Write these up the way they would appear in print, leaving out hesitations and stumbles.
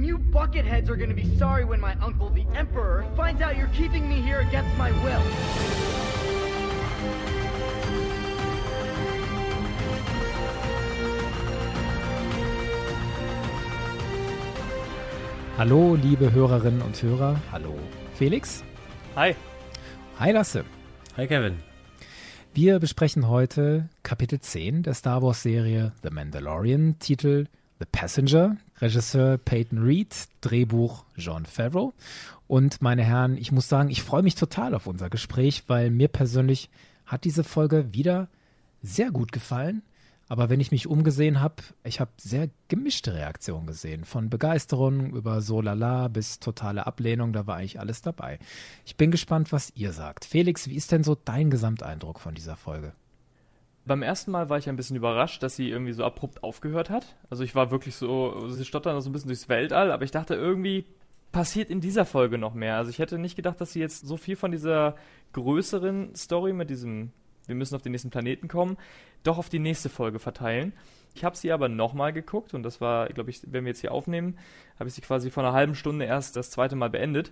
you bucketheads are gonna be sorry when my uncle, the Emperor, finds out you're keeping me here against my will. Hallo, liebe Hörerinnen und Hörer. Hallo, Felix. Hi. Hi, Lasse. Hi, Kevin. Wir besprechen heute Kapitel 10 der Star Wars-Serie The Mandalorian, Titel The Passenger, Regisseur Peyton Reed, Drehbuch Jon Favreau. Und meine Herren, ich muss sagen, ich freue mich total auf unser Gespräch, weil mir persönlich hat diese Folge wieder sehr gut gefallen. Aber wenn ich mich umgesehen habe, ich habe sehr gemischte Reaktionen gesehen. Von Begeisterung über so lala bis totale Ablehnung, da war eigentlich alles dabei. Ich bin gespannt, was ihr sagt. Felix, wie ist denn so dein Gesamteindruck von dieser Folge? Beim ersten Mal war ich ein bisschen überrascht, dass sie irgendwie so abrupt aufgehört hat. Also ich war wirklich so, sie stottern so ein bisschen durchs Weltall, aber ich dachte, irgendwie passiert in dieser Folge noch mehr. Also ich hätte nicht gedacht, dass sie jetzt so viel von dieser größeren Story mit diesem wir müssen auf den nächsten Planeten kommen, doch auf die nächste Folge verteilen. Ich habe sie aber nochmal geguckt und das war, glaube ich, wenn wir jetzt hier aufnehmen, habe ich sie quasi vor einer halben Stunde erst das zweite Mal beendet.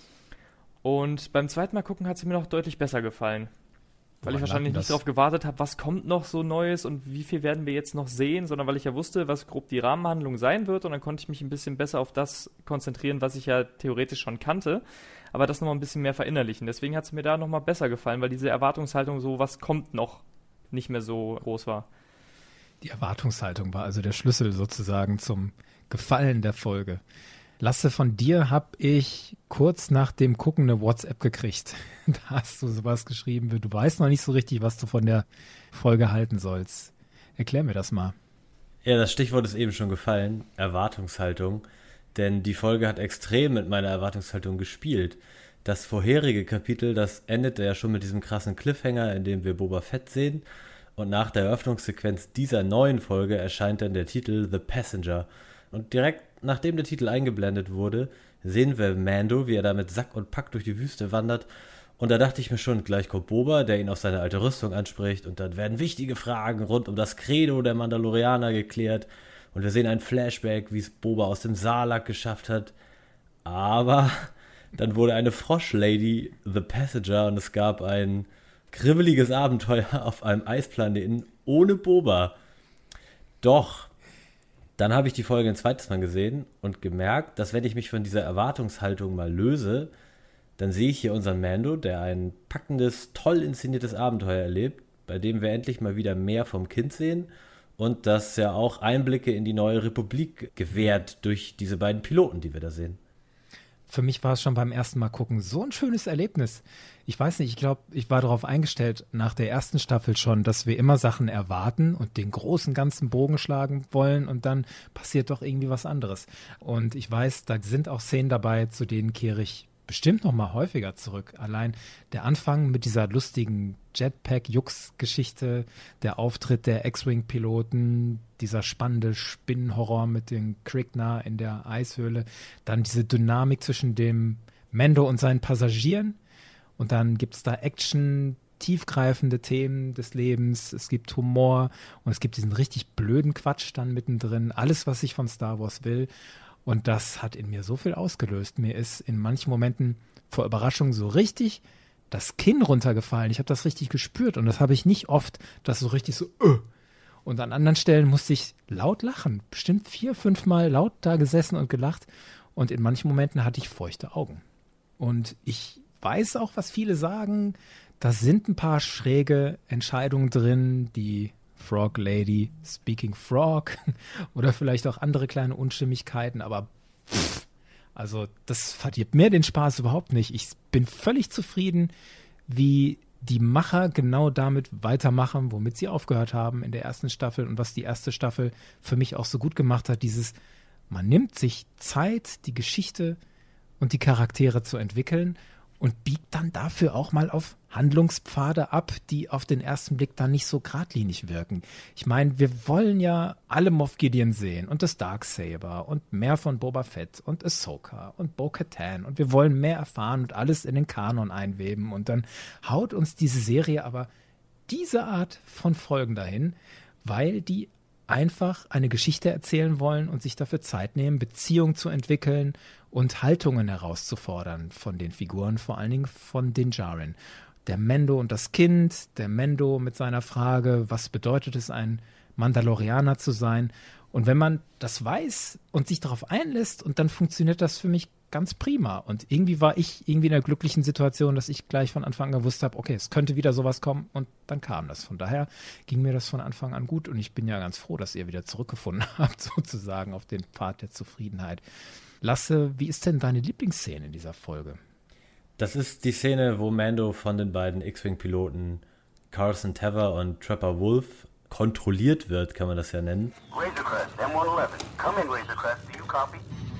Und beim zweiten Mal gucken hat sie mir noch deutlich besser gefallen. Weil ich wahrscheinlich nicht darauf gewartet habe, was kommt noch so Neues und wie viel werden wir jetzt noch sehen, sondern weil ich ja wusste, was grob die Rahmenhandlung sein wird und dann konnte ich mich ein bisschen besser auf das konzentrieren, was ich ja theoretisch schon kannte, aber das nochmal ein bisschen mehr verinnerlichen. Deswegen hat es mir da nochmal besser gefallen, weil diese Erwartungshaltung so, was kommt noch, nicht mehr so groß war. Die Erwartungshaltung war also der Schlüssel sozusagen zum Gefallen der Folge. Lasse, von dir habe ich kurz nach dem Gucken eine WhatsApp gekriegt. Da hast du sowas geschrieben, du weißt noch nicht so richtig, was du von der Folge halten sollst. Erklär mir das mal. Ja, das Stichwort ist eben schon gefallen, Erwartungshaltung. Denn die Folge hat extrem mit meiner Erwartungshaltung gespielt. Das vorherige Kapitel, das endete ja schon mit diesem krassen Cliffhanger, in dem wir Boba Fett sehen. Und nach der Eröffnungssequenz dieser neuen Folge erscheint dann der Titel The Passenger. Und direkt nachdem der Titel eingeblendet wurde, sehen wir Mando, wie er da mit Sack und Pack durch die Wüste wandert. Und da dachte ich mir schon, gleich kommt Boba, der ihn auf seine alte Rüstung anspricht. Und dann werden wichtige Fragen rund um das Credo der Mandalorianer geklärt. Und wir sehen ein Flashback, wie es Boba aus dem Sarlacc geschafft hat. Aber dann wurde eine Froschlady The Passenger und es gab ein kribbeliges Abenteuer auf einem Eisplaneten ohne Boba. Doch dann habe ich die Folge ein zweites Mal gesehen und gemerkt, dass wenn ich mich von dieser Erwartungshaltung mal löse, dann sehe ich hier unseren Mando, der ein packendes, toll inszeniertes Abenteuer erlebt, bei dem wir endlich mal wieder mehr vom Kind sehen und das ja auch Einblicke in die neue Republik gewährt durch diese beiden Piloten, die wir da sehen. Für mich war es schon beim ersten Mal gucken so ein schönes Erlebnis. Ich weiß nicht, ich glaube, ich war darauf eingestellt, nach der ersten Staffel schon, dass wir immer Sachen erwarten und den großen ganzen Bogen schlagen wollen und dann passiert doch irgendwie was anderes. Und ich weiß, da sind auch Szenen dabei, zu denen kehre ich bestimmt noch mal häufiger zurück. Allein der Anfang mit dieser lustigen Jetpack-Jux-Geschichte, der Auftritt der X-Wing-Piloten, dieser spannende Spinnenhorror mit den Krykna in der Eishöhle, dann diese Dynamik zwischen dem Mando und seinen Passagieren und dann gibt es da Action, tiefgreifende Themen des Lebens, es gibt Humor und es gibt diesen richtig blöden Quatsch dann mittendrin, alles, was ich von Star Wars will. Und das hat in mir so viel ausgelöst. Mir ist in manchen Momenten vor Überraschung so richtig das Kinn runtergefallen. Ich habe das richtig gespürt und das habe ich nicht oft, dass so richtig so Und an anderen Stellen musste ich laut lachen. Bestimmt 4-5 Mal laut da gesessen und gelacht. Und in manchen Momenten hatte ich feuchte Augen. Und ich weiß auch, was viele sagen. Da sind ein paar schräge Entscheidungen drin, die Frog Lady, Speaking Frog oder vielleicht auch andere kleine Unstimmigkeiten, aber also das verdirbt mir den Spaß überhaupt nicht. Ich bin völlig zufrieden, wie die Macher genau damit weitermachen, womit sie aufgehört haben in der ersten Staffel und was die erste Staffel für mich auch so gut gemacht hat, man nimmt sich Zeit, die Geschichte und die Charaktere zu entwickeln und biegt dann dafür auch mal auf Handlungspfade ab, die auf den ersten Blick dann nicht so geradlinig wirken. Ich meine, wir wollen ja alle Moff Gideon sehen und das Darksaber und mehr von Boba Fett und Ahsoka und Bo-Katan und wir wollen mehr erfahren und alles in den Kanon einweben und dann haut uns diese Serie aber diese Art von Folgen dahin, weil die einfach eine Geschichte erzählen wollen und sich dafür Zeit nehmen, Beziehungen zu entwickeln und Haltungen herauszufordern von den Figuren, vor allen Dingen von Din Djarin. Der Mando und das Kind, der Mando mit seiner Frage, was bedeutet es, ein Mandalorianer zu sein? Und wenn man das weiß und sich darauf einlässt, und dann funktioniert das für mich ganz prima. Und irgendwie war ich in der glücklichen Situation, dass ich gleich von Anfang an gewusst habe, okay, es könnte wieder sowas kommen, und dann kam das. Von daher ging mir das von Anfang an gut, und ich bin ja ganz froh, dass ihr wieder zurückgefunden habt, sozusagen auf den Pfad der Zufriedenheit. Lasse, wie ist denn deine Lieblingsszene in dieser Folge? Das ist die Szene, wo Mando von den beiden X-Wing-Piloten Carson Teva und Trapper Wolf kontrolliert wird, kann man das ja nennen. Razor Crest, M111. Come in, Razor Crest. Do you copy?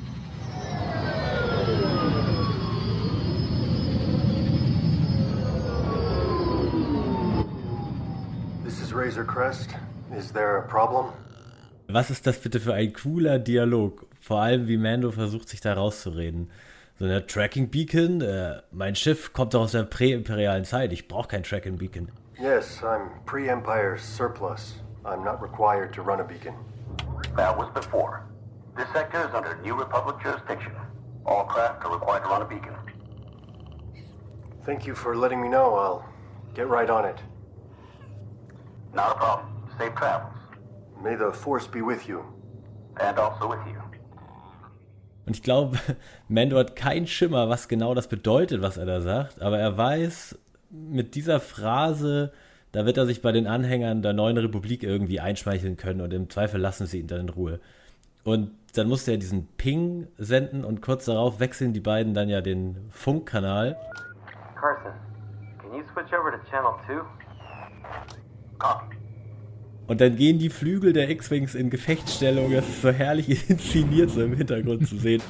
This is Razor Crest. Is there a problem? Was ist das bitte für ein cooler Dialog? Vor allem, wie Mando versucht, sich da rauszureden. So eine Tracking Beacon? Mein Schiff kommt doch aus der präimperialen Zeit. Ich brauche kein Tracking Beacon. Yes, I'm pre-Empire surplus. I'm not required to run a beacon. That was before. This sector is under New Republic jurisdiction. All craft are required to run a beacon. Thank you for letting me know. I'll get right on it. Not a problem. Safe travels. May the Force be with you. And also with you. Und ich glaube, Mando hat keinen Schimmer, was genau das bedeutet, was er da sagt. Aber er weiß, mit dieser Phrase, da wird er sich bei den Anhängern der Neuen Republik irgendwie einschmeicheln können, und im Zweifel lassen sie ihn dann in Ruhe. Und dann musste er diesen Ping senden, und kurz darauf wechseln die beiden dann ja den Funkkanal. Carson, can you switch over to channel 2? Copy. Und dann gehen die Flügel der X-Wings in Gefechtsstellung. Das ist so herrlich inszeniert, so im Hintergrund zu sehen.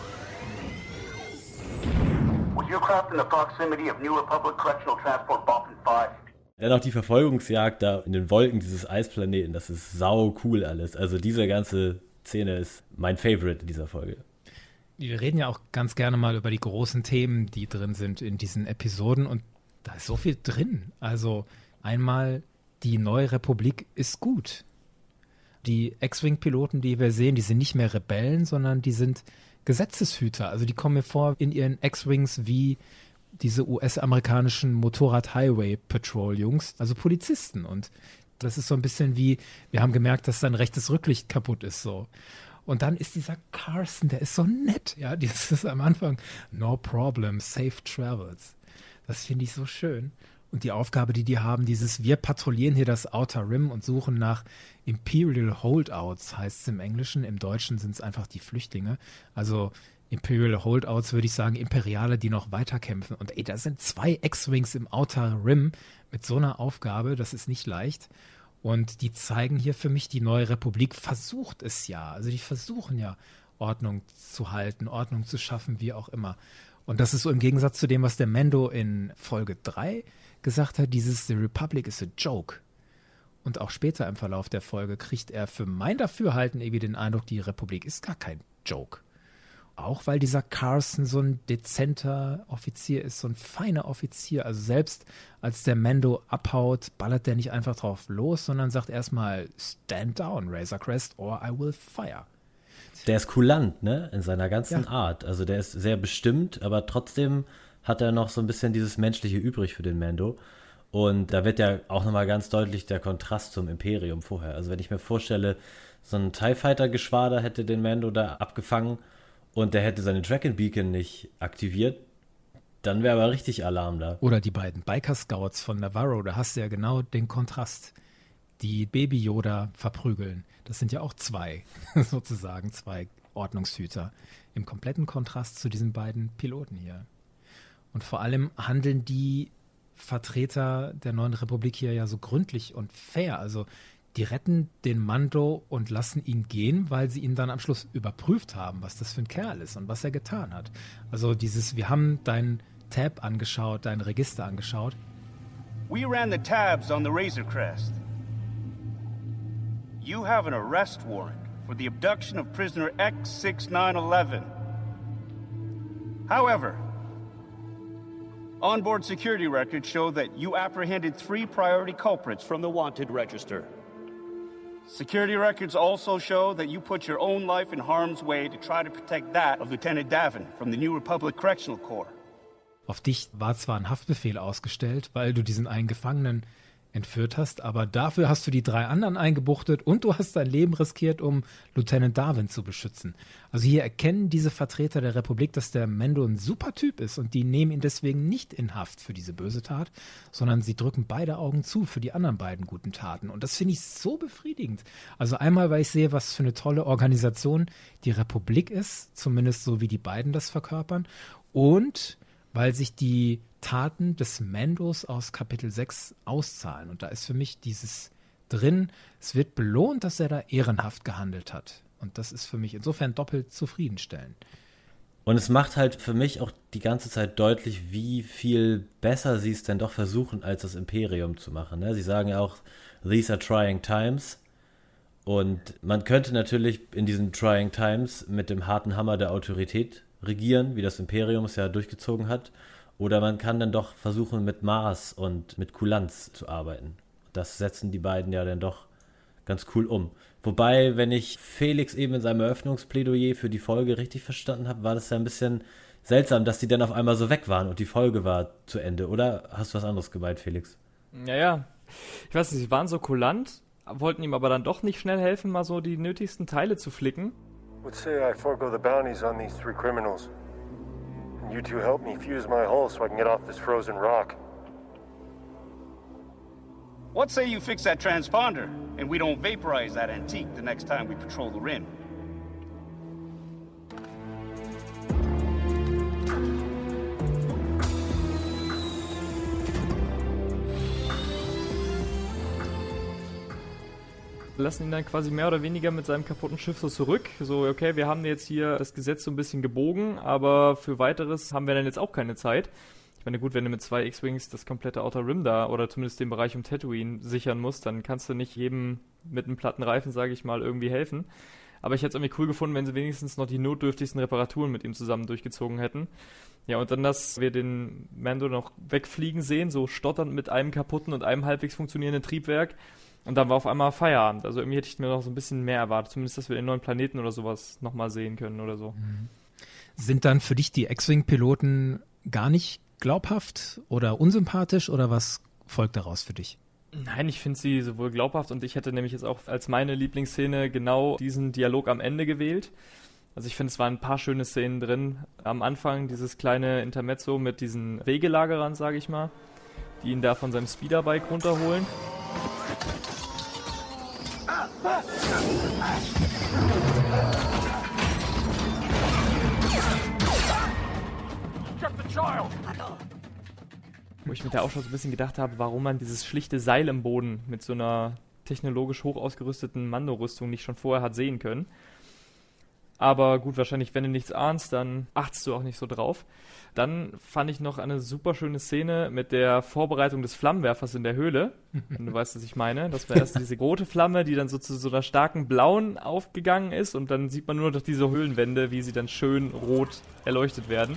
Was your craft in the proximity of New Republic Correctional Transport Boffin 5? Dann auch die Verfolgungsjagd da in den Wolken dieses Eisplaneten. Das ist sau cool alles. Also diese ganze Szene ist mein Favorite in dieser Folge. Wir reden ja auch ganz gerne mal über die großen Themen, die drin sind in diesen Episoden, und da ist so viel drin. Also einmal, die Neue Republik ist gut. Die X-Wing-Piloten, die wir sehen, die sind nicht mehr Rebellen, sondern die sind Gesetzeshüter. Also die kommen mir vor in ihren X-Wings wie diese US-amerikanischen Motorrad-Highway-Patrol-Jungs, also Polizisten. Und das ist so ein bisschen wie, wir haben gemerkt, dass sein rechtes Rücklicht kaputt ist, so. Und dann ist dieser Carson, der ist so nett, ja, das ist am Anfang, no problem, safe travels. Das finde ich so schön. Und die Aufgabe, die haben, wir patrouillieren hier das Outer Rim und suchen nach Imperial Holdouts, heißt es im Englischen. Im Deutschen sind es einfach die Flüchtlinge. Also Imperial Holdouts würde ich sagen, Imperiale, die noch weiterkämpfen. Und da sind 2 X-Wings im Outer Rim mit so einer Aufgabe, das ist nicht leicht. Und die zeigen hier für mich, die Neue Republik versucht es ja. Also die versuchen ja, Ordnung zu halten, Ordnung zu schaffen, wie auch immer. Und das ist so im Gegensatz zu dem, was der Mando in Folge 3 gesagt hat, The Republic is a joke. Und auch später im Verlauf der Folge kriegt er für mein Dafürhalten irgendwie den Eindruck, die Republik ist gar kein Joke. Auch weil dieser Carson so ein dezenter Offizier ist, so ein feiner Offizier. Also selbst als der Mando abhaut, ballert der nicht einfach drauf los, sondern sagt erstmal, stand down, Razor Crest, or I will fire. Der ist kulant, ne, in seiner ganzen Art. Also der ist sehr bestimmt, aber trotzdem hat er noch so ein bisschen dieses Menschliche übrig für den Mando. Und da wird ja auch nochmal ganz deutlich der Kontrast zum Imperium vorher. Also wenn ich mir vorstelle, so ein TIE Fighter-Geschwader hätte den Mando da abgefangen und der hätte seine Dragon Beacon nicht aktiviert, dann wäre aber richtig Alarm da. Oder die beiden Biker-Scouts von Navarro, da hast du ja genau den Kontrast. Die Baby Yoda verprügeln. Das sind ja auch 2, sozusagen 2 Ordnungshüter. Im kompletten Kontrast zu diesen beiden Piloten hier. Und vor allem handeln die Vertreter der Neuen Republik hier ja so gründlich und fair. Also die retten den Mando und lassen ihn gehen, weil sie ihn dann am Schluss überprüft haben, was das für ein Kerl ist und was er getan hat. Also wir haben dein Tab angeschaut, dein Register angeschaut. We ran the tabs on the Razor Crest. You have an arrest warrant for the abduction of prisoner X-6911. However, onboard security records show that you apprehended 3 priority culprits from the wanted register. Security records also show that you put your own life in harm's way to try to protect that of Lieutenant Davin from the New Republic Correctional Corps. Auf dich war zwar ein Haftbefehl ausgestellt, weil du diesen einen Gefangenen entführt hast, aber dafür hast du die 3 anderen eingebuchtet und du hast dein Leben riskiert, um Lieutenant Davin zu beschützen. Also hier erkennen diese Vertreter der Republik, dass der Mando ein super Typ ist und die nehmen ihn deswegen nicht in Haft für diese böse Tat, sondern sie drücken beide Augen zu für die anderen beiden guten Taten. Und das finde ich so befriedigend. Also einmal, weil ich sehe, was für eine tolle Organisation die Republik ist, zumindest so wie die beiden das verkörpern, und weil sich die Taten des Mandos aus Kapitel 6 auszahlen. Und da ist für mich dieses drin, es wird belohnt, dass er da ehrenhaft gehandelt hat. Und das ist für mich insofern doppelt zufriedenstellend. Und es macht halt für mich auch die ganze Zeit deutlich, wie viel besser sie es denn doch versuchen, als das Imperium zu machen. Ne? Sie sagen ja auch, these are trying times. Und man könnte natürlich in diesen trying times mit dem harten Hammer der Autorität regieren, wie das Imperium es ja durchgezogen hat. Oder man kann dann doch versuchen, mit Maß und mit Kulanz zu arbeiten. Das setzen die beiden ja dann doch ganz cool um. Wobei, wenn ich Felix eben in seinem Eröffnungsplädoyer für die Folge richtig verstanden habe, war das ja ein bisschen seltsam, dass die dann auf einmal so weg waren und die Folge war zu Ende. Oder hast du was anderes gemeint, Felix? Ja. Ich weiß nicht, sie waren so kulant, wollten ihm aber dann doch nicht schnell helfen, mal so die nötigsten Teile zu flicken. Would say I forego the bounties on these 3 criminals. And you two help me fuse my hull so I can get off this frozen rock. What say you fix that transponder, and we don't vaporize that antique the next time we patrol the Rim? Lassen ihn dann quasi mehr oder weniger mit seinem kaputten Schiff so zurück. So, okay, wir haben jetzt hier das Gesetz so ein bisschen gebogen, aber für Weiteres haben wir dann jetzt auch keine Zeit. Ich meine, gut, wenn du mit 2 X-Wings das komplette Outer Rim da oder zumindest den Bereich um Tatooine sichern musst, dann kannst du nicht jedem mit einem platten Reifen, sage ich mal, irgendwie helfen. Aber ich hätte es irgendwie cool gefunden, wenn sie wenigstens noch die notdürftigsten Reparaturen mit ihm zusammen durchgezogen hätten. Ja, und dann, dass wir den Mando noch wegfliegen sehen, so stotternd mit einem kaputten und einem halbwegs funktionierenden Triebwerk. Und dann war auf einmal Feierabend. Also irgendwie hätte ich mir noch so ein bisschen mehr erwartet. Zumindest, dass wir den neuen Planeten oder sowas nochmal sehen können oder so. Sind dann für dich die X-Wing-Piloten gar nicht glaubhaft oder unsympathisch oder was folgt daraus für dich? Nein, ich finde sie sowohl glaubhaft und ich hätte nämlich jetzt auch als meine Lieblingsszene genau diesen Dialog am Ende gewählt. Also ich finde, es waren ein paar schöne Szenen drin. Am Anfang dieses kleine Intermezzo mit diesen Wegelagerern, sage ich mal, die ihn da von seinem Speederbike runterholen. Wo ich mir da auch schon so ein bisschen gedacht habe, warum man dieses schlichte Seil im Boden mit so einer technologisch hoch ausgerüsteten Mando-Rüstung nicht schon vorher hat sehen können. Aber gut, wahrscheinlich, wenn du nichts ahnst, dann achtest du auch nicht so drauf. Dann fand ich noch eine super schöne Szene mit der Vorbereitung des Flammenwerfers in der Höhle. Wenn du weißt, was ich meine. Das war erst diese rote Flamme, die dann so zu so einer starken blauen aufgegangen ist. Und dann sieht man nur durch diese Höhlenwände, wie sie dann schön rot erleuchtet werden.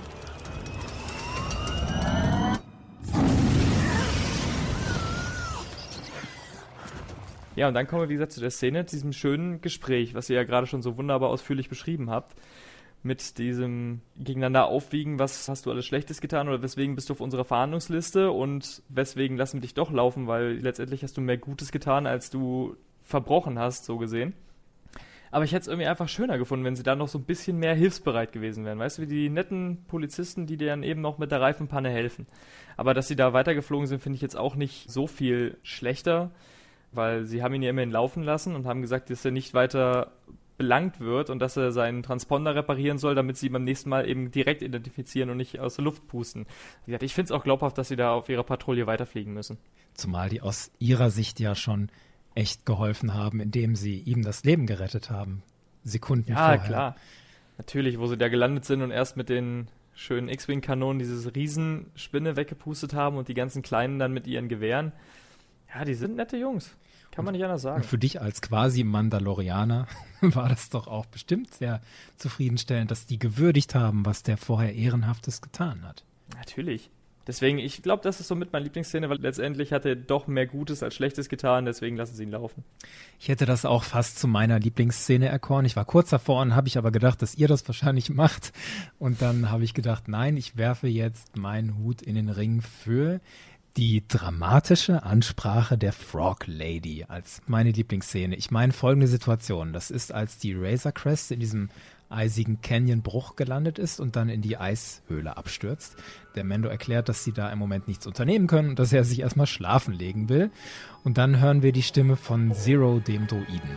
Ja, und dann kommen wir, wie gesagt, zu der Szene, zu diesem schönen Gespräch, was ihr ja gerade schon so wunderbar ausführlich beschrieben habt, mit diesem gegeneinander aufwiegen, was hast du alles Schlechtes getan oder weswegen bist du auf unserer Verhandlungsliste und weswegen lassen wir dich doch laufen, weil letztendlich hast du mehr Gutes getan, als du verbrochen hast, so gesehen. Aber ich hätte es irgendwie einfach schöner gefunden, wenn sie da noch so ein bisschen mehr hilfsbereit gewesen wären. Weißt du, wie die netten Polizisten, die dir dann eben noch mit der Reifenpanne helfen. Aber dass sie da weitergeflogen sind, finde ich jetzt auch nicht so viel schlechter, weil sie haben ihn ja immerhin laufen lassen und haben gesagt, dass er nicht weiter belangt wird und dass er seinen Transponder reparieren soll, damit sie ihn beim nächsten Mal eben direkt identifizieren und nicht aus der Luft pusten. Wie gesagt, ich finde es auch glaubhaft, dass sie da auf ihrer Patrouille weiterfliegen müssen. Zumal die aus ihrer Sicht ja schon echt geholfen haben, indem sie ihm das Leben gerettet haben. Sekunden vorher. Ja, klar. Natürlich, wo sie da gelandet sind und erst mit den schönen X-Wing-Kanonen dieses Riesenspinne weggepustet haben und die ganzen Kleinen dann mit ihren Gewehren. Ja, die sind nette Jungs. Kann man nicht anders sagen. Und für dich als quasi Mandalorianer war das doch auch bestimmt sehr zufriedenstellend, dass die gewürdigt haben, was der vorher Ehrenhaftes getan hat. Natürlich. Deswegen, ich glaube, das ist somit meine Lieblingsszene, weil letztendlich hat er doch mehr Gutes als Schlechtes getan, deswegen lassen sie ihn laufen. Ich hätte das auch fast zu meiner Lieblingsszene erkoren. Ich war kurz davor und habe ich aber gedacht, dass ihr das wahrscheinlich macht. Und dann habe ich gedacht, nein, ich werfe jetzt meinen Hut in den Ring für die dramatische Ansprache der Frog Lady als meine Lieblingsszene. Ich meine folgende Situation. Das ist, als die Razor Crest in diesem eisigen Canyon-Bruch gelandet ist und dann in die Eishöhle abstürzt. Der Mando erklärt, dass sie da im Moment nichts unternehmen können und dass er sich erstmal schlafen legen will. Und dann hören wir die Stimme von Zero, dem Droiden.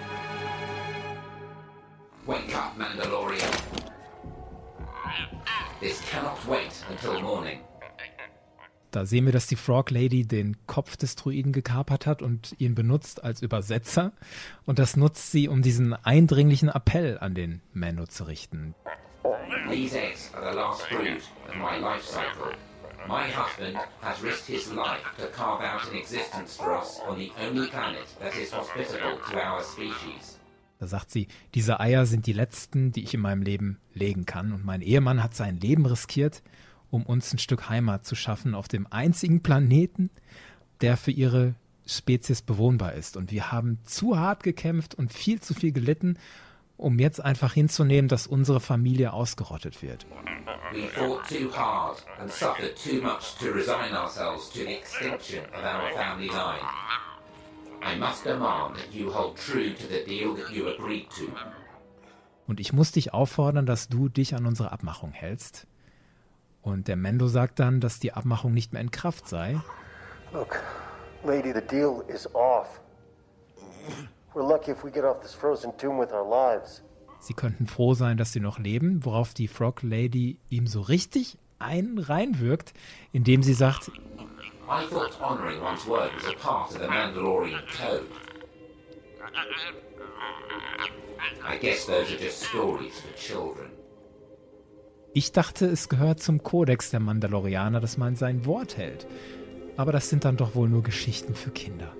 Wake up, Mandalorian. This cannot wait until morning. Da sehen wir, dass die Frog Lady den Kopf des Droiden gekapert hat und ihn benutzt als Übersetzer. Und das nutzt sie, um diesen eindringlichen Appell an den Mando zu richten. These eggs are the last fruit of my life cycle. My husband has risked his life to carve out an existence for us on the only planet that is hospitable to our species. Da sagt sie, diese Eier sind die letzten, die ich in meinem Leben legen kann. Und mein Ehemann hat sein Leben riskiert, um uns ein Stück Heimat zu schaffen auf dem einzigen Planeten, der für ihre Spezies bewohnbar ist. Und wir haben zu hart gekämpft und viel zu viel gelitten, um jetzt einfach hinzunehmen, dass unsere Familie ausgerottet wird. We fought too hard and suffered too much to resign ourselves to the extinction of our family line. I must demand that you hold true to the deal that you agreed to. Und ich muss dich auffordern, dass du dich an unsere Abmachung hältst. Und der Mando sagt dann, dass die Abmachung nicht mehr in Kraft sei. Look, lady, the deal is off. We're lucky if we get off this frozen tomb with our lives. Sie könnten froh sein, dass sie noch leben, worauf die Frog Lady ihm so richtig reinwirkt, indem sie sagt, I thought honoring one's word was a part of the Mandalorian code. I guess those are just stories for children. ich dachte, es gehört zum Kodex der Mandalorianer, dass man sein Wort hält. Aber das sind dann doch wohl nur Geschichten für Kinder.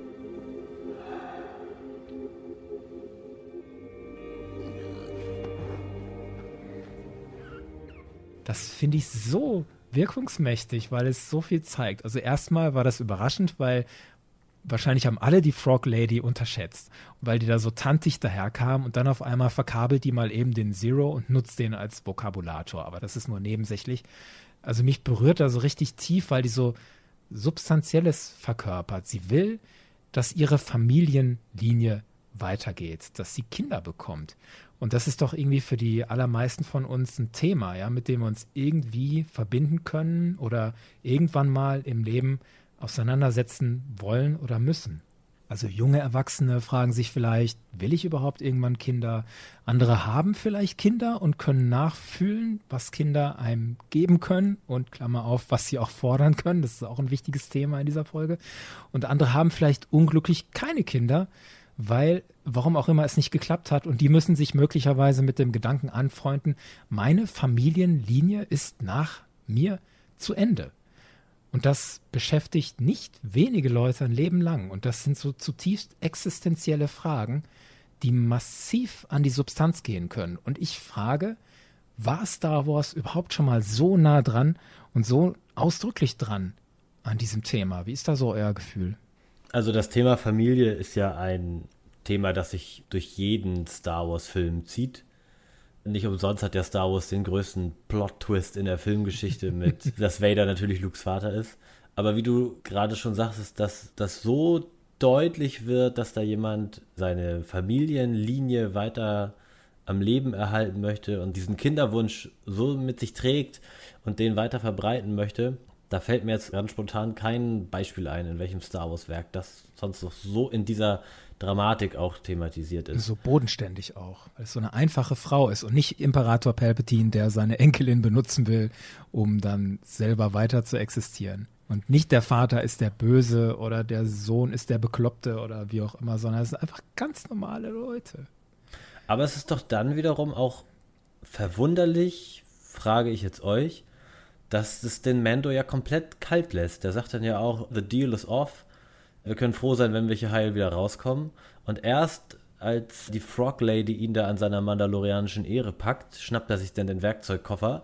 Das finde ich so wirkungsmächtig, weil es so viel zeigt. Also erstmal war das überraschend, weil wahrscheinlich haben alle die Frog Lady unterschätzt, weil die da so tantig daherkam und dann auf einmal verkabelt die mal eben den Zero und nutzt den als Vokabulator. Aber das ist nur nebensächlich. Also mich berührt da so richtig tief, weil die so Substanzielles verkörpert. Sie will, dass ihre Familienlinie weitergeht, dass sie Kinder bekommt. Und das ist doch irgendwie für die allermeisten von uns ein Thema, ja, mit dem wir uns irgendwie verbinden können oder irgendwann mal im Leben auseinandersetzen wollen oder müssen. Also junge Erwachsene fragen sich vielleicht, will ich überhaupt irgendwann Kinder? Andere haben vielleicht Kinder und können nachfühlen, was Kinder einem geben können und Klammer auf, was sie auch fordern können. Das ist auch ein wichtiges Thema in dieser Folge. Und andere haben vielleicht unglücklich keine Kinder, weil, warum auch immer, es nicht geklappt hat. Und die müssen sich möglicherweise mit dem Gedanken anfreunden, meine Familienlinie ist nach mir zu Ende. Und das beschäftigt nicht wenige Leute ein Leben lang. Und das sind so zutiefst existenzielle Fragen, die massiv an die Substanz gehen können. Und ich frage, war Star Wars überhaupt schon mal so nah dran und so ausdrücklich dran an diesem Thema? Wie ist da so euer Gefühl? Also das Thema Familie ist ja ein Thema, das sich durch jeden Star Wars-Film zieht. Nicht umsonst hat ja Star Wars den größten Plot-Twist in der Filmgeschichte mit, dass Vader natürlich Lukes Vater ist. Aber wie du gerade schon sagst, dass das so deutlich wird, dass da jemand seine Familienlinie weiter am Leben erhalten möchte und diesen Kinderwunsch so mit sich trägt und den weiter verbreiten möchte. Da fällt mir jetzt ganz spontan kein Beispiel ein, in welchem Star Wars-Werk das sonst noch so in dieser Dramatik auch thematisiert ist. So bodenständig auch, weil es so eine einfache Frau ist und nicht Imperator Palpatine, der seine Enkelin benutzen will, um dann selber weiter zu existieren. Und nicht der Vater ist der Böse oder der Sohn ist der Bekloppte oder wie auch immer, sondern es sind einfach ganz normale Leute. Aber es ist doch dann wiederum auch verwunderlich, frage ich jetzt euch, dass es den Mando ja komplett kalt lässt. Der sagt dann ja auch, the deal is off. Wir können froh sein, wenn wir hier heil wieder rauskommen. Und erst als die Frog Lady ihn da an seiner mandalorianischen Ehre packt, schnappt er sich dann den Werkzeugkoffer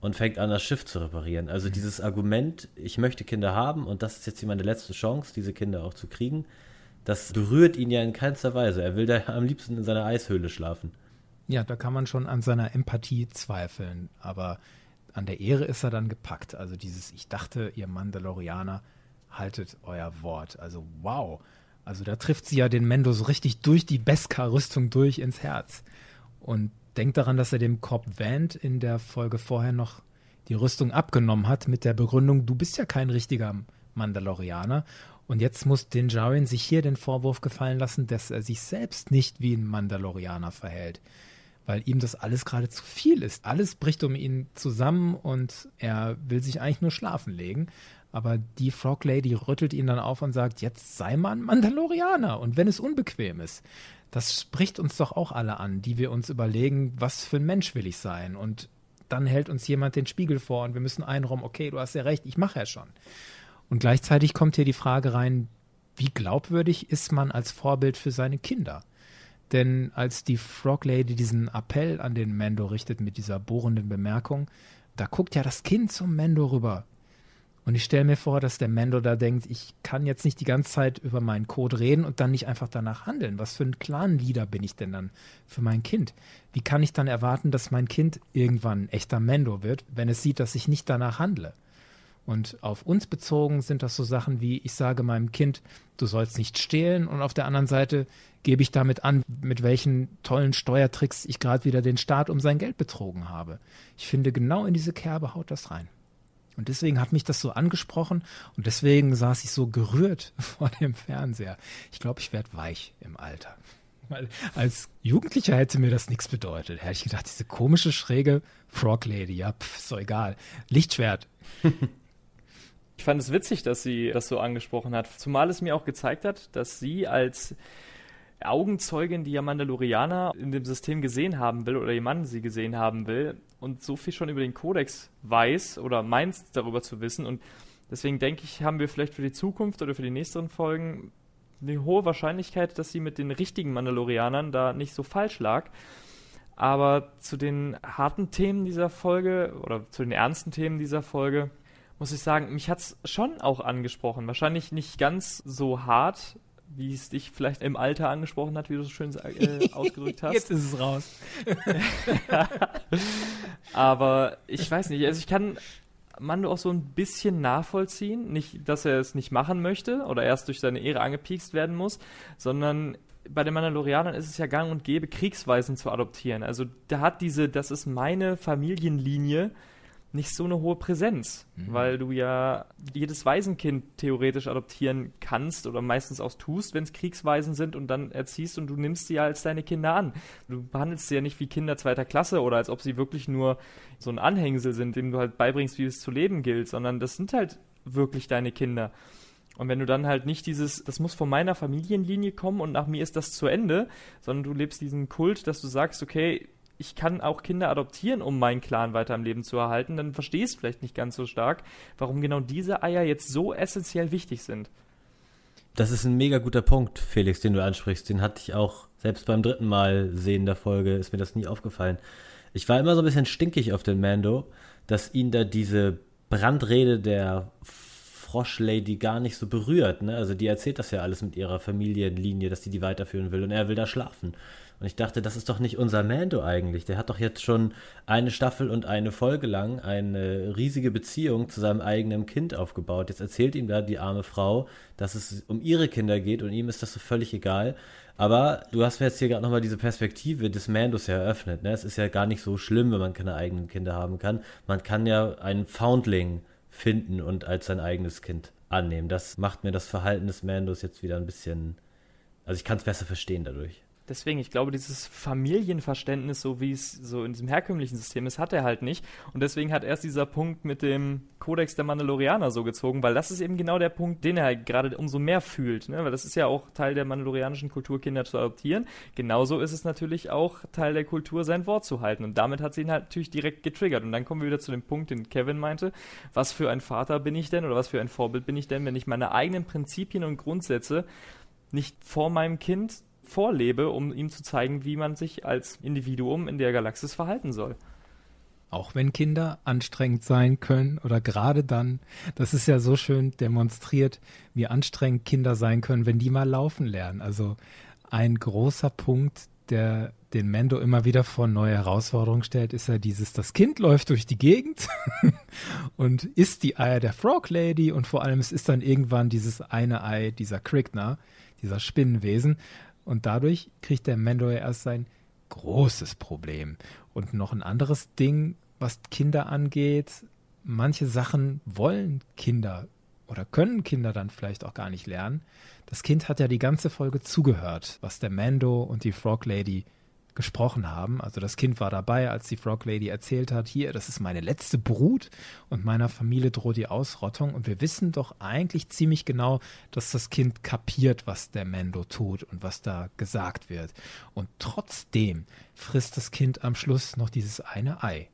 und fängt an, das Schiff zu reparieren. Also dieses Argument, ich möchte Kinder haben und das ist jetzt hier meine letzte Chance, diese Kinder auch zu kriegen, das berührt ihn ja in keinster Weise. Er will da am liebsten in seiner Eishöhle schlafen. Ja, da kann man schon an seiner Empathie zweifeln, aber an der Ehre ist er dann gepackt. Also ich dachte, ihr Mandalorianer, haltet euer Wort. Also wow. Also da trifft sie ja den Mando so richtig durch die Beskar-Rüstung durch ins Herz. Und denkt daran, dass er dem Cobb Vanth in der Folge vorher noch die Rüstung abgenommen hat mit der Begründung, du bist ja kein richtiger Mandalorianer. Und jetzt muss Din Djarin sich hier den Vorwurf gefallen lassen, dass er sich selbst nicht wie ein Mandalorianer verhält. Weil ihm das alles gerade zu viel ist. Alles bricht um ihn zusammen und er will sich eigentlich nur schlafen legen. Aber die Frog Lady rüttelt ihn dann auf und sagt, jetzt sei mal ein Mandalorianer. Und wenn es unbequem ist, das spricht uns doch auch alle an, die wir uns überlegen, was für ein Mensch will ich sein. Und dann hält uns jemand den Spiegel vor und wir müssen einräumen, okay, du hast ja recht, ich mache ja schon. Und gleichzeitig kommt hier die Frage rein, wie glaubwürdig ist man als Vorbild für seine Kinder? Denn als die Frog Lady diesen Appell an den Mando richtet mit dieser bohrenden Bemerkung, da guckt ja das Kind zum Mando rüber. Und ich stelle mir vor, dass der Mando da denkt, ich kann jetzt nicht die ganze Zeit über meinen Code reden und dann nicht einfach danach handeln. Was für ein Clan-Leader bin ich denn dann für mein Kind? Wie kann ich dann erwarten, dass mein Kind irgendwann ein echter Mando wird, wenn es sieht, dass ich nicht danach handle? Und auf uns bezogen sind das so Sachen wie, ich sage meinem Kind, du sollst nicht stehlen und auf der anderen Seite gebe ich damit an, mit welchen tollen Steuertricks ich gerade wieder den Staat um sein Geld betrogen habe. Ich finde, genau in diese Kerbe haut das rein. Und deswegen hat mich das so angesprochen und deswegen saß ich so gerührt vor dem Fernseher. Ich glaube, ich werde weich im Alter. Weil als Jugendlicher hätte mir das nichts bedeutet. Hätte ich gedacht, diese komische, schräge Frog Lady, ja, ist doch egal. Lichtschwert. Ich fand es witzig, dass sie das so angesprochen hat. Zumal es mir auch gezeigt hat, dass sie als Augenzeugin, die ja Mandalorianer in dem System gesehen haben will oder ihr Mann sie gesehen haben will und so viel schon über den Kodex weiß oder meint darüber zu wissen. Und deswegen denke ich, haben wir vielleicht für die Zukunft oder für die nächsten Folgen eine hohe Wahrscheinlichkeit, dass sie mit den richtigen Mandalorianern da nicht so falsch lag. Aber zu den harten Themen dieser Folge oder zu den ernsten Themen dieser Folge muss ich sagen, mich hat es schon auch angesprochen. Wahrscheinlich nicht ganz so hart, wie es dich vielleicht im Alter angesprochen hat, wie du so schön ausgedrückt hast. Jetzt ist es raus. Aber ich weiß nicht, also ich kann Mando auch so ein bisschen nachvollziehen. Nicht, dass er es nicht machen möchte oder erst durch seine Ehre angepiekst werden muss, sondern bei den Mandalorianern ist es ja gang und gäbe, Kriegsweisen zu adoptieren. Also da hat das ist meine Familienlinie, nicht so eine hohe Präsenz, weil du ja jedes Waisenkind theoretisch adoptieren kannst oder meistens auch tust, wenn es Kriegswaisen sind und dann erziehst und du nimmst sie ja als deine Kinder an. Du behandelst sie ja nicht wie Kinder zweiter Klasse oder als ob sie wirklich nur so ein Anhängsel sind, dem du halt beibringst, wie es zu leben gilt, sondern das sind halt wirklich deine Kinder. Und wenn du dann halt nicht das muss von meiner Familienlinie kommen und nach mir ist das zu Ende, sondern du lebst diesen Kult, dass du sagst, okay, ich kann auch Kinder adoptieren, um meinen Clan weiter am Leben zu erhalten, dann verstehst du vielleicht nicht ganz so stark, warum genau diese Eier jetzt so essentiell wichtig sind. Das ist ein mega guter Punkt, Felix, den du ansprichst. Den hatte ich auch, selbst beim 3. Mal sehen der Folge, ist mir das nie aufgefallen. Ich war immer so ein bisschen stinkig auf den Mando, dass ihn da diese Brandrede der Frosch-Lady gar nicht so berührt. Ne? Also die erzählt das ja alles mit ihrer Familienlinie, dass die weiterführen will und er will da schlafen. Und ich dachte, das ist doch nicht unser Mando eigentlich. Der hat doch jetzt schon eine Staffel und eine Folge lang eine riesige Beziehung zu seinem eigenen Kind aufgebaut. Jetzt erzählt ihm da die arme Frau, dass es um ihre Kinder geht und ihm ist das so völlig egal. Aber du hast mir jetzt hier gerade nochmal diese Perspektive des Mandos ja eröffnet. Ne? Es ist ja gar nicht so schlimm, wenn man keine eigenen Kinder haben kann. Man kann ja einen Foundling finden und als sein eigenes Kind annehmen. Das macht mir das Verhalten des Mandos jetzt wieder ein bisschen... Also ich kann es besser verstehen dadurch. Deswegen, ich glaube, dieses Familienverständnis, so wie es so in diesem herkömmlichen System ist, hat er halt nicht. Und deswegen hat erst dieser Punkt mit dem Kodex der Mandalorianer so gezogen, weil das ist eben genau der Punkt, den er halt gerade umso mehr fühlt. Ne? Weil das ist ja auch Teil der mandalorianischen Kultur, Kinder zu adoptieren. Genauso ist es natürlich auch Teil der Kultur, sein Wort zu halten. Und damit hat sie ihn halt natürlich direkt getriggert. Und dann kommen wir wieder zu dem Punkt, den Kevin meinte, was für ein Vater bin ich denn oder was für ein Vorbild bin ich denn, wenn ich meine eigenen Prinzipien und Grundsätze nicht vor meinem Kind vorlebe, um ihm zu zeigen, wie man sich als Individuum in der Galaxis verhalten soll. Auch wenn Kinder anstrengend sein können oder gerade dann, das ist ja so schön demonstriert, wie anstrengend Kinder sein können, wenn die mal laufen lernen. Also ein großer Punkt, der den Mando immer wieder vor neue Herausforderungen stellt, ist ja das Kind läuft durch die Gegend und isst die Eier der Frog Lady und vor allem es ist dann irgendwann dieses eine Ei dieser Krigna, dieser Spinnenwesen und dadurch kriegt der Mando ja erst sein großes Problem. Und noch ein anderes Ding, was Kinder angeht, manche Sachen wollen Kinder oder können Kinder dann vielleicht auch gar nicht lernen. Das Kind hat ja die ganze Folge zugehört, was der Mando und die Frog Lady gesprochen haben. Also das Kind war dabei, als die Frog Lady erzählt hat, hier, das ist meine letzte Brut und meiner Familie droht die Ausrottung. Und wir wissen doch eigentlich ziemlich genau, dass das Kind kapiert, was der Mando tut und was da gesagt wird. Und trotzdem frisst das Kind am Schluss noch dieses eine Ei.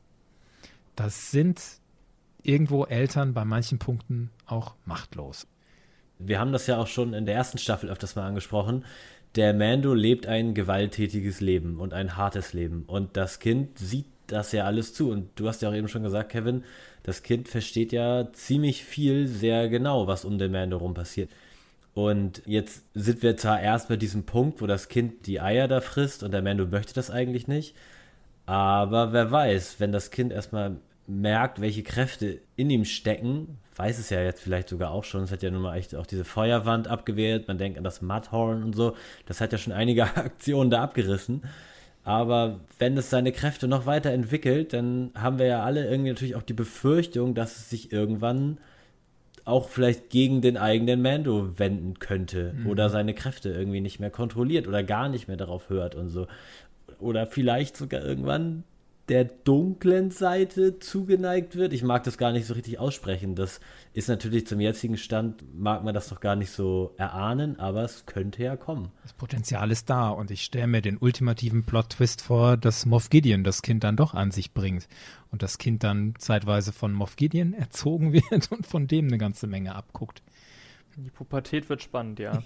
Das sind irgendwo Eltern bei manchen Punkten auch machtlos. Wir haben das ja auch schon in der ersten Staffel öfters mal angesprochen. Der Mando lebt ein gewalttätiges Leben und ein hartes Leben. Und das Kind sieht das ja alles zu. Und du hast ja auch eben schon gesagt, Kevin, das Kind versteht ja ziemlich viel sehr genau, was um den Mando rum passiert. Und jetzt sind wir zwar erst bei diesem Punkt, wo das Kind die Eier da frisst und der Mando möchte das eigentlich nicht. Aber wer weiß, wenn das Kind erstmal merkt, welche Kräfte in ihm stecken, weiß es ja jetzt vielleicht sogar auch schon, es hat ja nun mal echt auch diese Feuerwand abgewehrt, man denkt an das Mudhorn und so, das hat ja schon einige Aktionen da abgerissen, aber wenn es seine Kräfte noch weiter entwickelt, dann haben wir ja alle irgendwie natürlich auch die Befürchtung, dass es sich irgendwann auch vielleicht gegen den eigenen Mando wenden könnte oder seine Kräfte irgendwie nicht mehr kontrolliert oder gar nicht mehr darauf hört und so. Oder vielleicht sogar irgendwann der dunklen Seite zugeneigt wird. Ich mag das gar nicht so richtig aussprechen. Das ist natürlich zum jetzigen Stand, mag man das doch gar nicht so erahnen, aber es könnte ja kommen. Das Potenzial ist da und ich stelle mir den ultimativen Plot-Twist vor, dass Moff Gideon das Kind dann doch an sich bringt und das Kind dann zeitweise von Moff Gideon erzogen wird und von dem eine ganze Menge abguckt. Die Pubertät wird spannend, ja.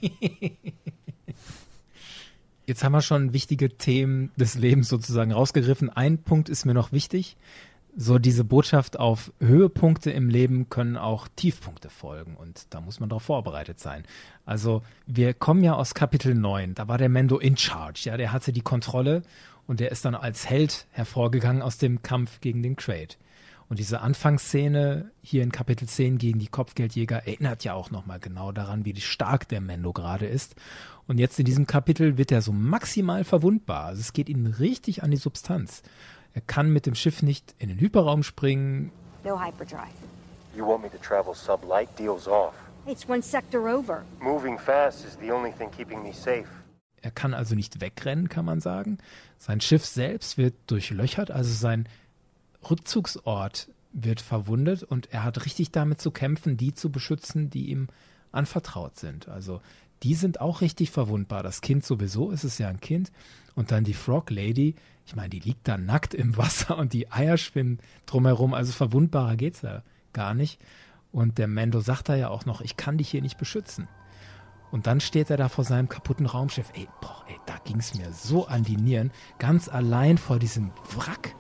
Jetzt haben wir schon wichtige Themen des Lebens sozusagen rausgegriffen. Ein Punkt ist mir noch wichtig. So diese Botschaft auf Höhepunkte im Leben können auch Tiefpunkte folgen und da muss man darauf vorbereitet sein. Also wir kommen ja aus Kapitel 9, da war der Mando in charge, ja, der hatte die Kontrolle und der ist dann als Held hervorgegangen aus dem Kampf gegen den Crate. Und diese Anfangsszene hier in Kapitel 10 gegen die Kopfgeldjäger erinnert ja auch nochmal genau daran, wie stark der Mando gerade ist. Und jetzt in diesem Kapitel wird er so maximal verwundbar. Also es geht ihm richtig an die Substanz. Er kann mit dem Schiff nicht in den Hyperraum springen. No hyperdrive. You want me to travel sublight? Deal's off. It's one sector over. Moving fast is the only thing keeping me safe. Er kann also nicht wegrennen, kann man sagen. Sein Schiff selbst wird durchlöchert, also sein Rückzugsort wird verwundet und er hat richtig damit zu kämpfen, die zu beschützen, die ihm anvertraut sind. Also die sind auch richtig verwundbar. Das Kind sowieso, ist es ja ein Kind. Und dann die Frog Lady, ich meine, die liegt da nackt im Wasser und die Eier schwimmen drumherum. Also verwundbarer geht's ja gar nicht. Und der Mando sagt da ja auch noch, ich kann dich hier nicht beschützen. Und dann steht er da vor seinem kaputten Raumschiff. Ey, da ging's mir so an die Nieren. Ganz allein vor diesem Wrack.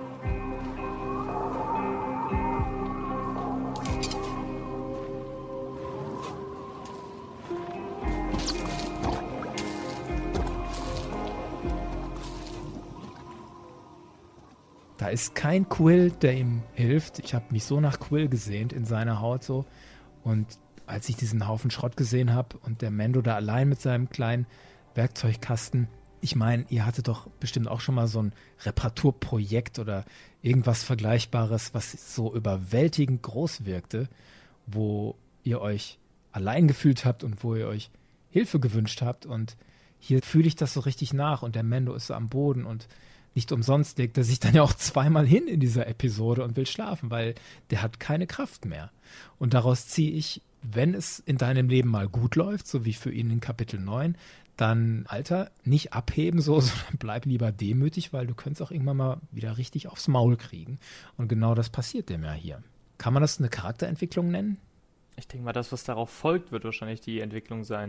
Da ist kein Quill, der ihm hilft. Ich habe mich so nach Quill gesehnt in seiner Haut so. Und als ich diesen Haufen Schrott gesehen habe und der Mando da allein mit seinem kleinen Werkzeugkasten, ich meine, ihr hattet doch bestimmt auch schon mal so ein Reparaturprojekt oder irgendwas Vergleichbares, was so überwältigend groß wirkte, wo ihr euch allein gefühlt habt und wo ihr euch Hilfe gewünscht habt. Und hier fühle ich das so richtig nach und der Mando ist so am Boden und nicht umsonst legt er sich dann ja auch zweimal hin in dieser Episode und will schlafen, weil der hat keine Kraft mehr. Und daraus ziehe ich, wenn es in deinem Leben mal gut läuft, so wie für ihn in Kapitel 9, dann, Alter, nicht abheben so, sondern bleib lieber demütig, weil du könntest auch irgendwann mal wieder richtig aufs Maul kriegen. Und genau das passiert dem ja hier. Kann man das eine Charakterentwicklung nennen? Ich denke mal, das, was darauf folgt, wird wahrscheinlich die Entwicklung sein, ne?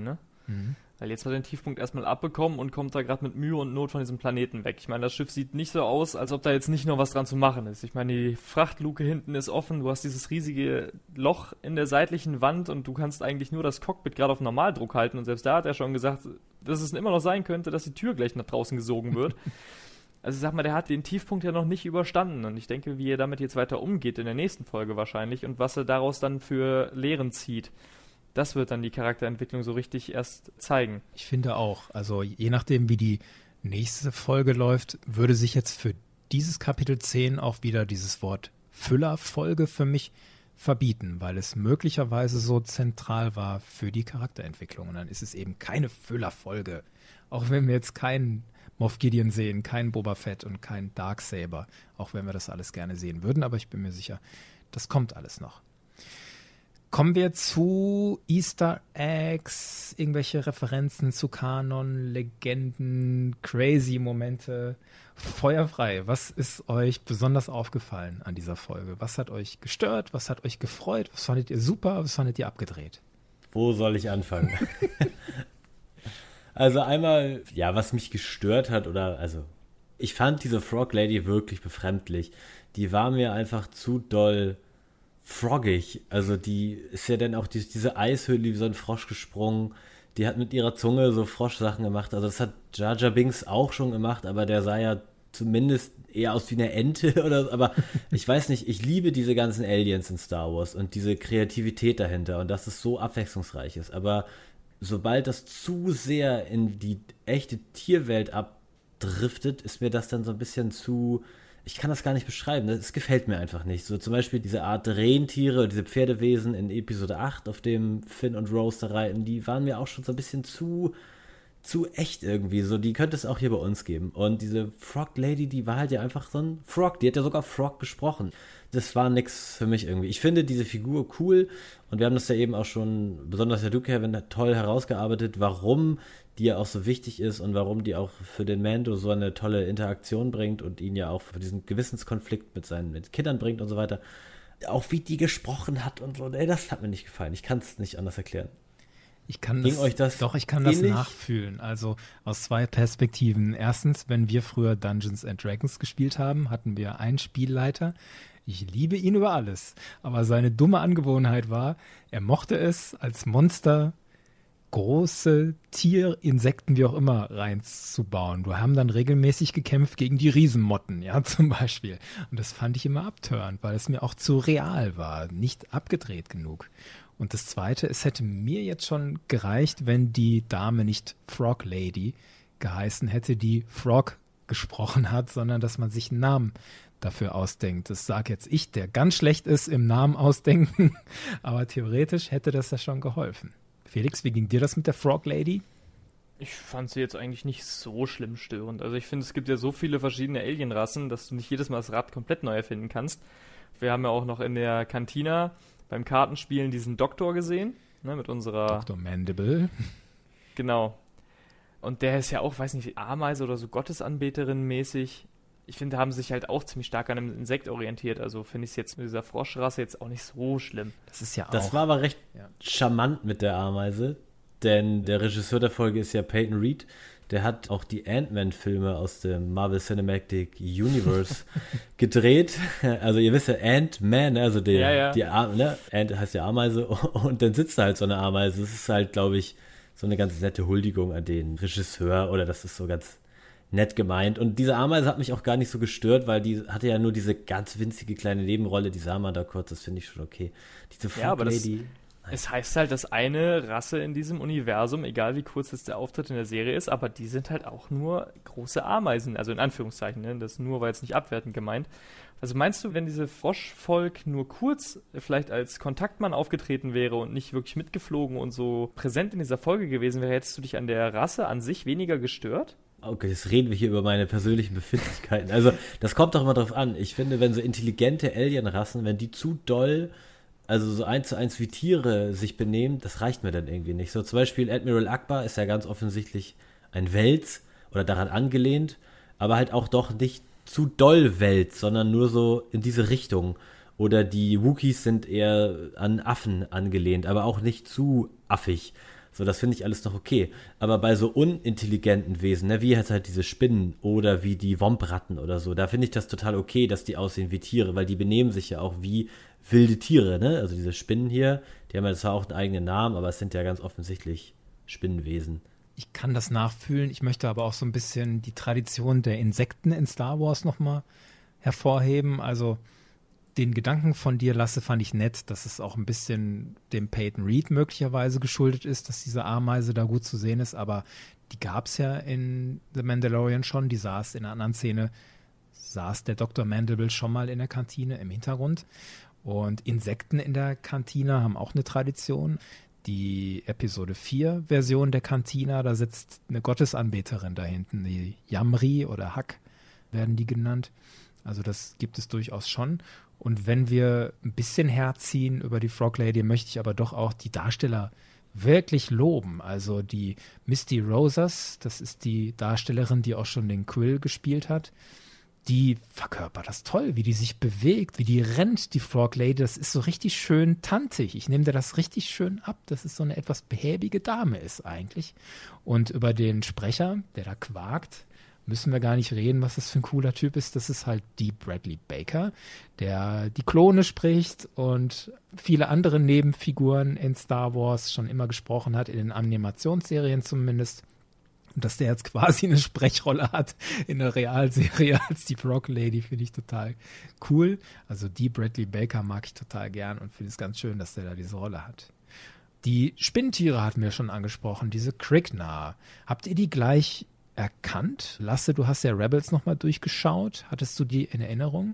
Weil jetzt hat er den Tiefpunkt erstmal abbekommen und kommt da gerade mit Mühe und Not von diesem Planeten weg. Ich meine, das Schiff sieht nicht so aus, als ob da jetzt nicht noch was dran zu machen ist. Ich meine, die Frachtluke hinten ist offen, du hast dieses riesige Loch in der seitlichen Wand und du kannst eigentlich nur das Cockpit gerade auf Normaldruck halten. Und selbst da hat er schon gesagt, dass es immer noch sein könnte, dass die Tür gleich nach draußen gesogen wird. Also ich sag mal, der hat den Tiefpunkt ja noch nicht überstanden. Und ich denke, wie er damit jetzt weiter umgeht in der nächsten Folge wahrscheinlich und was er daraus dann für Lehren zieht. Das wird dann die Charakterentwicklung so richtig erst zeigen. Ich finde auch, also je nachdem, wie die nächste Folge läuft, würde sich jetzt für dieses Kapitel 10 auch wieder dieses Wort Füllerfolge für mich verbieten, weil es möglicherweise so zentral war für die Charakterentwicklung. Und dann ist es eben keine Füllerfolge. Auch wenn wir jetzt keinen Moff Gideon sehen, keinen Boba Fett und keinen Darksaber. Auch wenn wir das alles gerne sehen würden, aber ich bin mir sicher, das kommt alles noch. Kommen wir zu Easter Eggs, irgendwelche Referenzen zu Kanon, Legenden, crazy Momente. Feuerfrei, was ist euch besonders aufgefallen an dieser Folge? Was hat euch gestört? Was hat euch gefreut? Was fandet ihr super? Was fandet ihr abgedreht? Wo soll ich anfangen? Also einmal, ja, was mich gestört hat, ich fand diese Frog Lady wirklich befremdlich. Die war mir einfach zu doll froggig. Also die ist ja dann auch diese Eishöhle wie so ein Frosch gesprungen. Die hat mit ihrer Zunge so Froschsachen gemacht. Also das hat Jar Jar Binks auch schon gemacht, aber der sah ja zumindest eher aus wie eine Ente oder so. Aber ich weiß nicht, ich liebe diese ganzen Aliens in Star Wars und diese Kreativität dahinter und dass es so abwechslungsreich ist. Aber sobald das zu sehr in die echte Tierwelt abdriftet, ist mir das dann so ein bisschen zu... Ich kann das gar nicht beschreiben, das gefällt mir einfach nicht. So zum Beispiel diese Art Rentiere, diese Pferdewesen in Episode 8, auf dem Finn und Rose da reiten, die waren mir auch schon so ein bisschen zu echt irgendwie. So, die könnte es auch hier bei uns geben. Und diese Frog Lady, die war halt ja einfach so ein Frog. Die hat ja sogar Frog gesprochen. Das war nix für mich irgendwie. Ich finde diese Figur cool und wir haben das ja eben auch schon, besonders der du, Kevin, toll herausgearbeitet, warum die ja auch so wichtig ist und warum die auch für den Mando so eine tolle Interaktion bringt und ihn ja auch für diesen Gewissenskonflikt mit Kindern bringt und so weiter. Auch wie die gesprochen hat und so. Ey, das hat mir nicht gefallen. Ich kann es nicht anders erklären. Ich kann das nachfühlen. Also aus zwei Perspektiven. Erstens, wenn wir früher Dungeons & Dragons gespielt haben, hatten wir einen Spielleiter. Ich liebe ihn über alles. Aber seine dumme Angewohnheit war, er mochte es, als Monster große Tierinsekten, wie auch immer, reinzubauen. Wir haben dann regelmäßig gekämpft gegen die Riesenmotten, ja, zum Beispiel. Und das fand ich immer abtörend, weil es mir auch zu real war, nicht abgedreht genug. Und das Zweite, es hätte mir jetzt schon gereicht, wenn die Dame nicht Frog Lady geheißen hätte, die Frog gesprochen hat, sondern dass man sich einen Namen dafür ausdenkt. Das sage jetzt ich, der ganz schlecht ist im Namen ausdenken, aber theoretisch hätte das ja schon geholfen. Felix, wie ging dir das mit der Frog Lady? Ich fand sie jetzt eigentlich nicht so schlimm störend. Also ich finde, es gibt ja so viele verschiedene Alienrassen, dass du nicht jedes Mal das Rad komplett neu erfinden kannst. Wir haben ja auch noch in der Cantina beim Kartenspielen diesen Doktor gesehen, ne, mit unserer... Dr. Mandible. Genau. Und der ist ja auch, weiß nicht, Ameise oder so Gottesanbeterin mäßig. Ich finde, da haben sie sich halt auch ziemlich stark an einem Insekt orientiert. Also finde ich es jetzt mit dieser Froschrasse jetzt auch nicht so schlimm. Das ist ja auch... Das war aber recht charmant mit der Ameise, denn der Regisseur der Folge ist ja Peyton Reed. Der hat auch die Ant-Man-Filme aus dem Marvel Cinematic Universe gedreht. Also ihr wisst ja, Ant-Man, also die Ant heißt ja Ameise und dann sitzt da halt so eine Ameise. Das ist halt, glaube ich, so eine ganz nette Huldigung an den Regisseur oder das ist so ganz nett gemeint. Und diese Ameise hat mich auch gar nicht so gestört, weil die hatte ja nur diese ganz winzige kleine Nebenrolle, die sah man da kurz, das finde ich schon okay. Diese Frog Lady... Es heißt halt, dass eine Rasse in diesem Universum, egal wie kurz jetzt der Auftritt in der Serie ist, aber die sind halt auch nur große Ameisen, also in Anführungszeichen, ne? Das nur war jetzt nicht abwertend gemeint. Also meinst du, wenn diese Froschvolk nur kurz vielleicht als Kontaktmann aufgetreten wäre und nicht wirklich mitgeflogen und so präsent in dieser Folge gewesen wäre, hättest du dich an der Rasse an sich weniger gestört? Okay, jetzt reden wir hier über meine persönlichen Befindlichkeiten. Also das kommt doch mal drauf an. Ich finde, wenn so intelligente Alienrassen, wenn die zu doll... Also so 1:1 wie Tiere sich benehmen, das reicht mir dann irgendwie nicht. So zum Beispiel Admiral Akbar ist ja ganz offensichtlich ein Wels oder daran angelehnt, aber halt auch doch nicht zu doll Wels, sondern nur so in diese Richtung. Oder die Wookiees sind eher an Affen angelehnt, aber auch nicht zu affig. So, das finde ich alles noch okay. Aber bei so unintelligenten Wesen, ne, wie jetzt halt diese Spinnen oder wie die Wompratten oder so, da finde ich das total okay, dass die aussehen wie Tiere, weil die benehmen sich ja auch wie wilde Tiere, ne? Also diese Spinnen hier, die haben ja zwar auch einen eigenen Namen, aber es sind ja ganz offensichtlich Spinnenwesen. Ich kann das nachfühlen. Ich möchte aber auch so ein bisschen die Tradition der Insekten in Star Wars nochmal hervorheben. Also den Gedanken von dir, Lasse, fand ich nett, dass es auch ein bisschen dem Peyton Reed möglicherweise geschuldet ist, dass diese Ameise da gut zu sehen ist. Aber die gab es ja in The Mandalorian schon. Die saß in einer anderen Szene, saß der Dr. Mandible schon mal in der Kantine im Hintergrund. Und Insekten in der Kantine haben auch eine Tradition. Die Episode 4 Version der Kantina, da sitzt eine Gottesanbeterin da hinten, die Yamri oder Hak werden die genannt. Also das gibt es durchaus schon. Und wenn wir ein bisschen herziehen über die Frog Lady, möchte ich aber doch auch die Darsteller wirklich loben. Also die Misty Rosas, das ist die Darstellerin, die auch schon den Quill gespielt hat. Die verkörpert das toll, wie die sich bewegt, wie die rennt, die Frog Lady. Das ist so richtig schön tantig. Ich nehme dir das richtig schön ab, dass es so eine etwas behäbige Dame ist eigentlich. Und über den Sprecher, der da quakt, müssen wir gar nicht reden, was das für ein cooler Typ ist. Das ist halt Dee Bradley Baker, der die Klone spricht und viele andere Nebenfiguren in Star Wars schon immer gesprochen hat, in den Animationsserien zumindest. Und dass der jetzt quasi eine Sprechrolle hat in der Realserie als die Frog Lady, finde ich total cool. Also Dee Bradley Baker mag ich total gern und finde es ganz schön, dass der da diese Rolle hat. Die Spinntiere hatten wir schon angesprochen, diese Krykna. Habt ihr die gleich erkannt? Lasse, du hast ja Rebels nochmal durchgeschaut. Hattest du die in Erinnerung?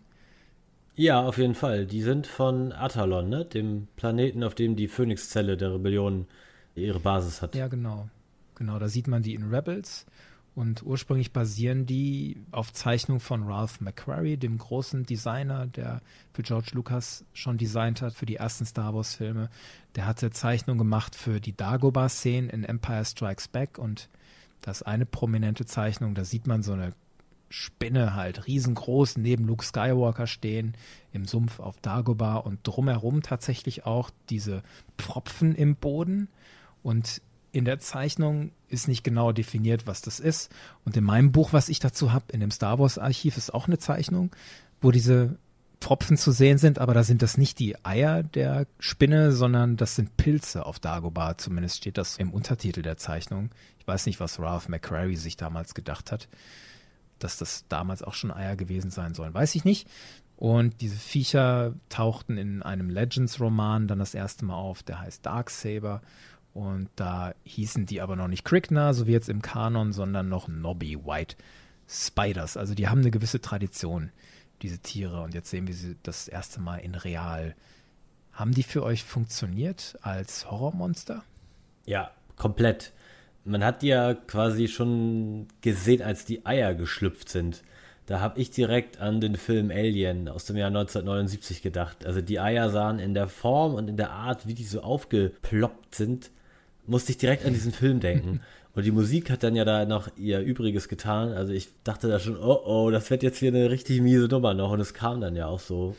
Ja, auf jeden Fall. Die sind von Atalon, ne? Dem Planeten, auf dem die Phönixzelle der Rebellion ihre Basis hat. Ja, genau. Genau, da sieht man die in Rebels und ursprünglich basieren die auf Zeichnung von Ralph McQuarrie, dem großen Designer, der für George Lucas schon designt hat für die ersten Star Wars Filme. Der hatte Zeichnungen gemacht für die Dagobah-Szenen in Empire Strikes Back und das ist eine prominente Zeichnung, da sieht man so eine Spinne halt riesengroß neben Luke Skywalker stehen im Sumpf auf Dagobah und drumherum tatsächlich auch diese Pfropfen im Boden und in der Zeichnung ist nicht genau definiert, was das ist. Und in meinem Buch, was ich dazu habe, in dem Star Wars Archiv, ist auch eine Zeichnung, wo diese Pfropfen zu sehen sind, aber da sind das nicht die Eier der Spinne, sondern das sind Pilze auf Dagobah. Zumindest steht das im Untertitel der Zeichnung. Ich weiß nicht, was Ralph McQuarrie sich damals gedacht hat, dass das damals auch schon Eier gewesen sein sollen. Weiß ich nicht. Und diese Viecher tauchten in einem Legends-Roman dann das erste Mal auf, der heißt Darksaber. Und da hießen die aber noch nicht Krykna, so wie jetzt im Kanon, sondern noch Nobby White Spiders. Also die haben eine gewisse Tradition, diese Tiere. Und jetzt sehen wir sie das erste Mal in real. Haben die für euch funktioniert als Horrormonster? Ja, komplett. Man hat die ja quasi schon gesehen, als die Eier geschlüpft sind. Da habe ich direkt an den Film Alien aus dem Jahr 1979 gedacht. Also die Eier sahen in der Form und in der Art, wie die so aufgeploppt sind, musste ich direkt an diesen Film denken. Und die Musik hat dann ja da noch ihr Übriges getan. Also ich dachte da schon, oh, das wird jetzt hier eine richtig miese Nummer noch. Und es kam dann ja auch so.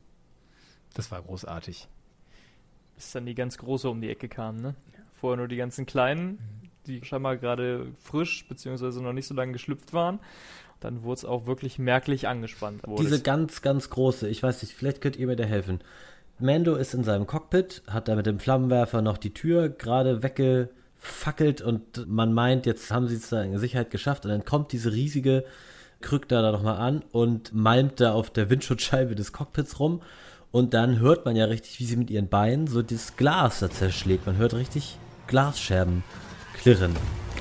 Das war großartig. Bis dann die ganz große um die Ecke kam, ne? Vorher nur die ganzen kleinen, die scheinbar gerade frisch, beziehungsweise noch nicht so lange geschlüpft waren. Dann wurde es auch wirklich merklich angespannt. Diese ganz, ganz große, ich weiß nicht, vielleicht könnt ihr mir da helfen. Mando ist in seinem Cockpit, hat da mit dem Flammenwerfer noch die Tür gerade weggefackelt und man meint, jetzt haben sie es da in Sicherheit geschafft und dann kommt diese riesige Krykna da nochmal an und malmt da auf der Windschutzscheibe des Cockpits rum und dann hört man ja richtig, wie sie mit ihren Beinen so das Glas da zerschlägt. Man hört richtig Glasscherben klirren.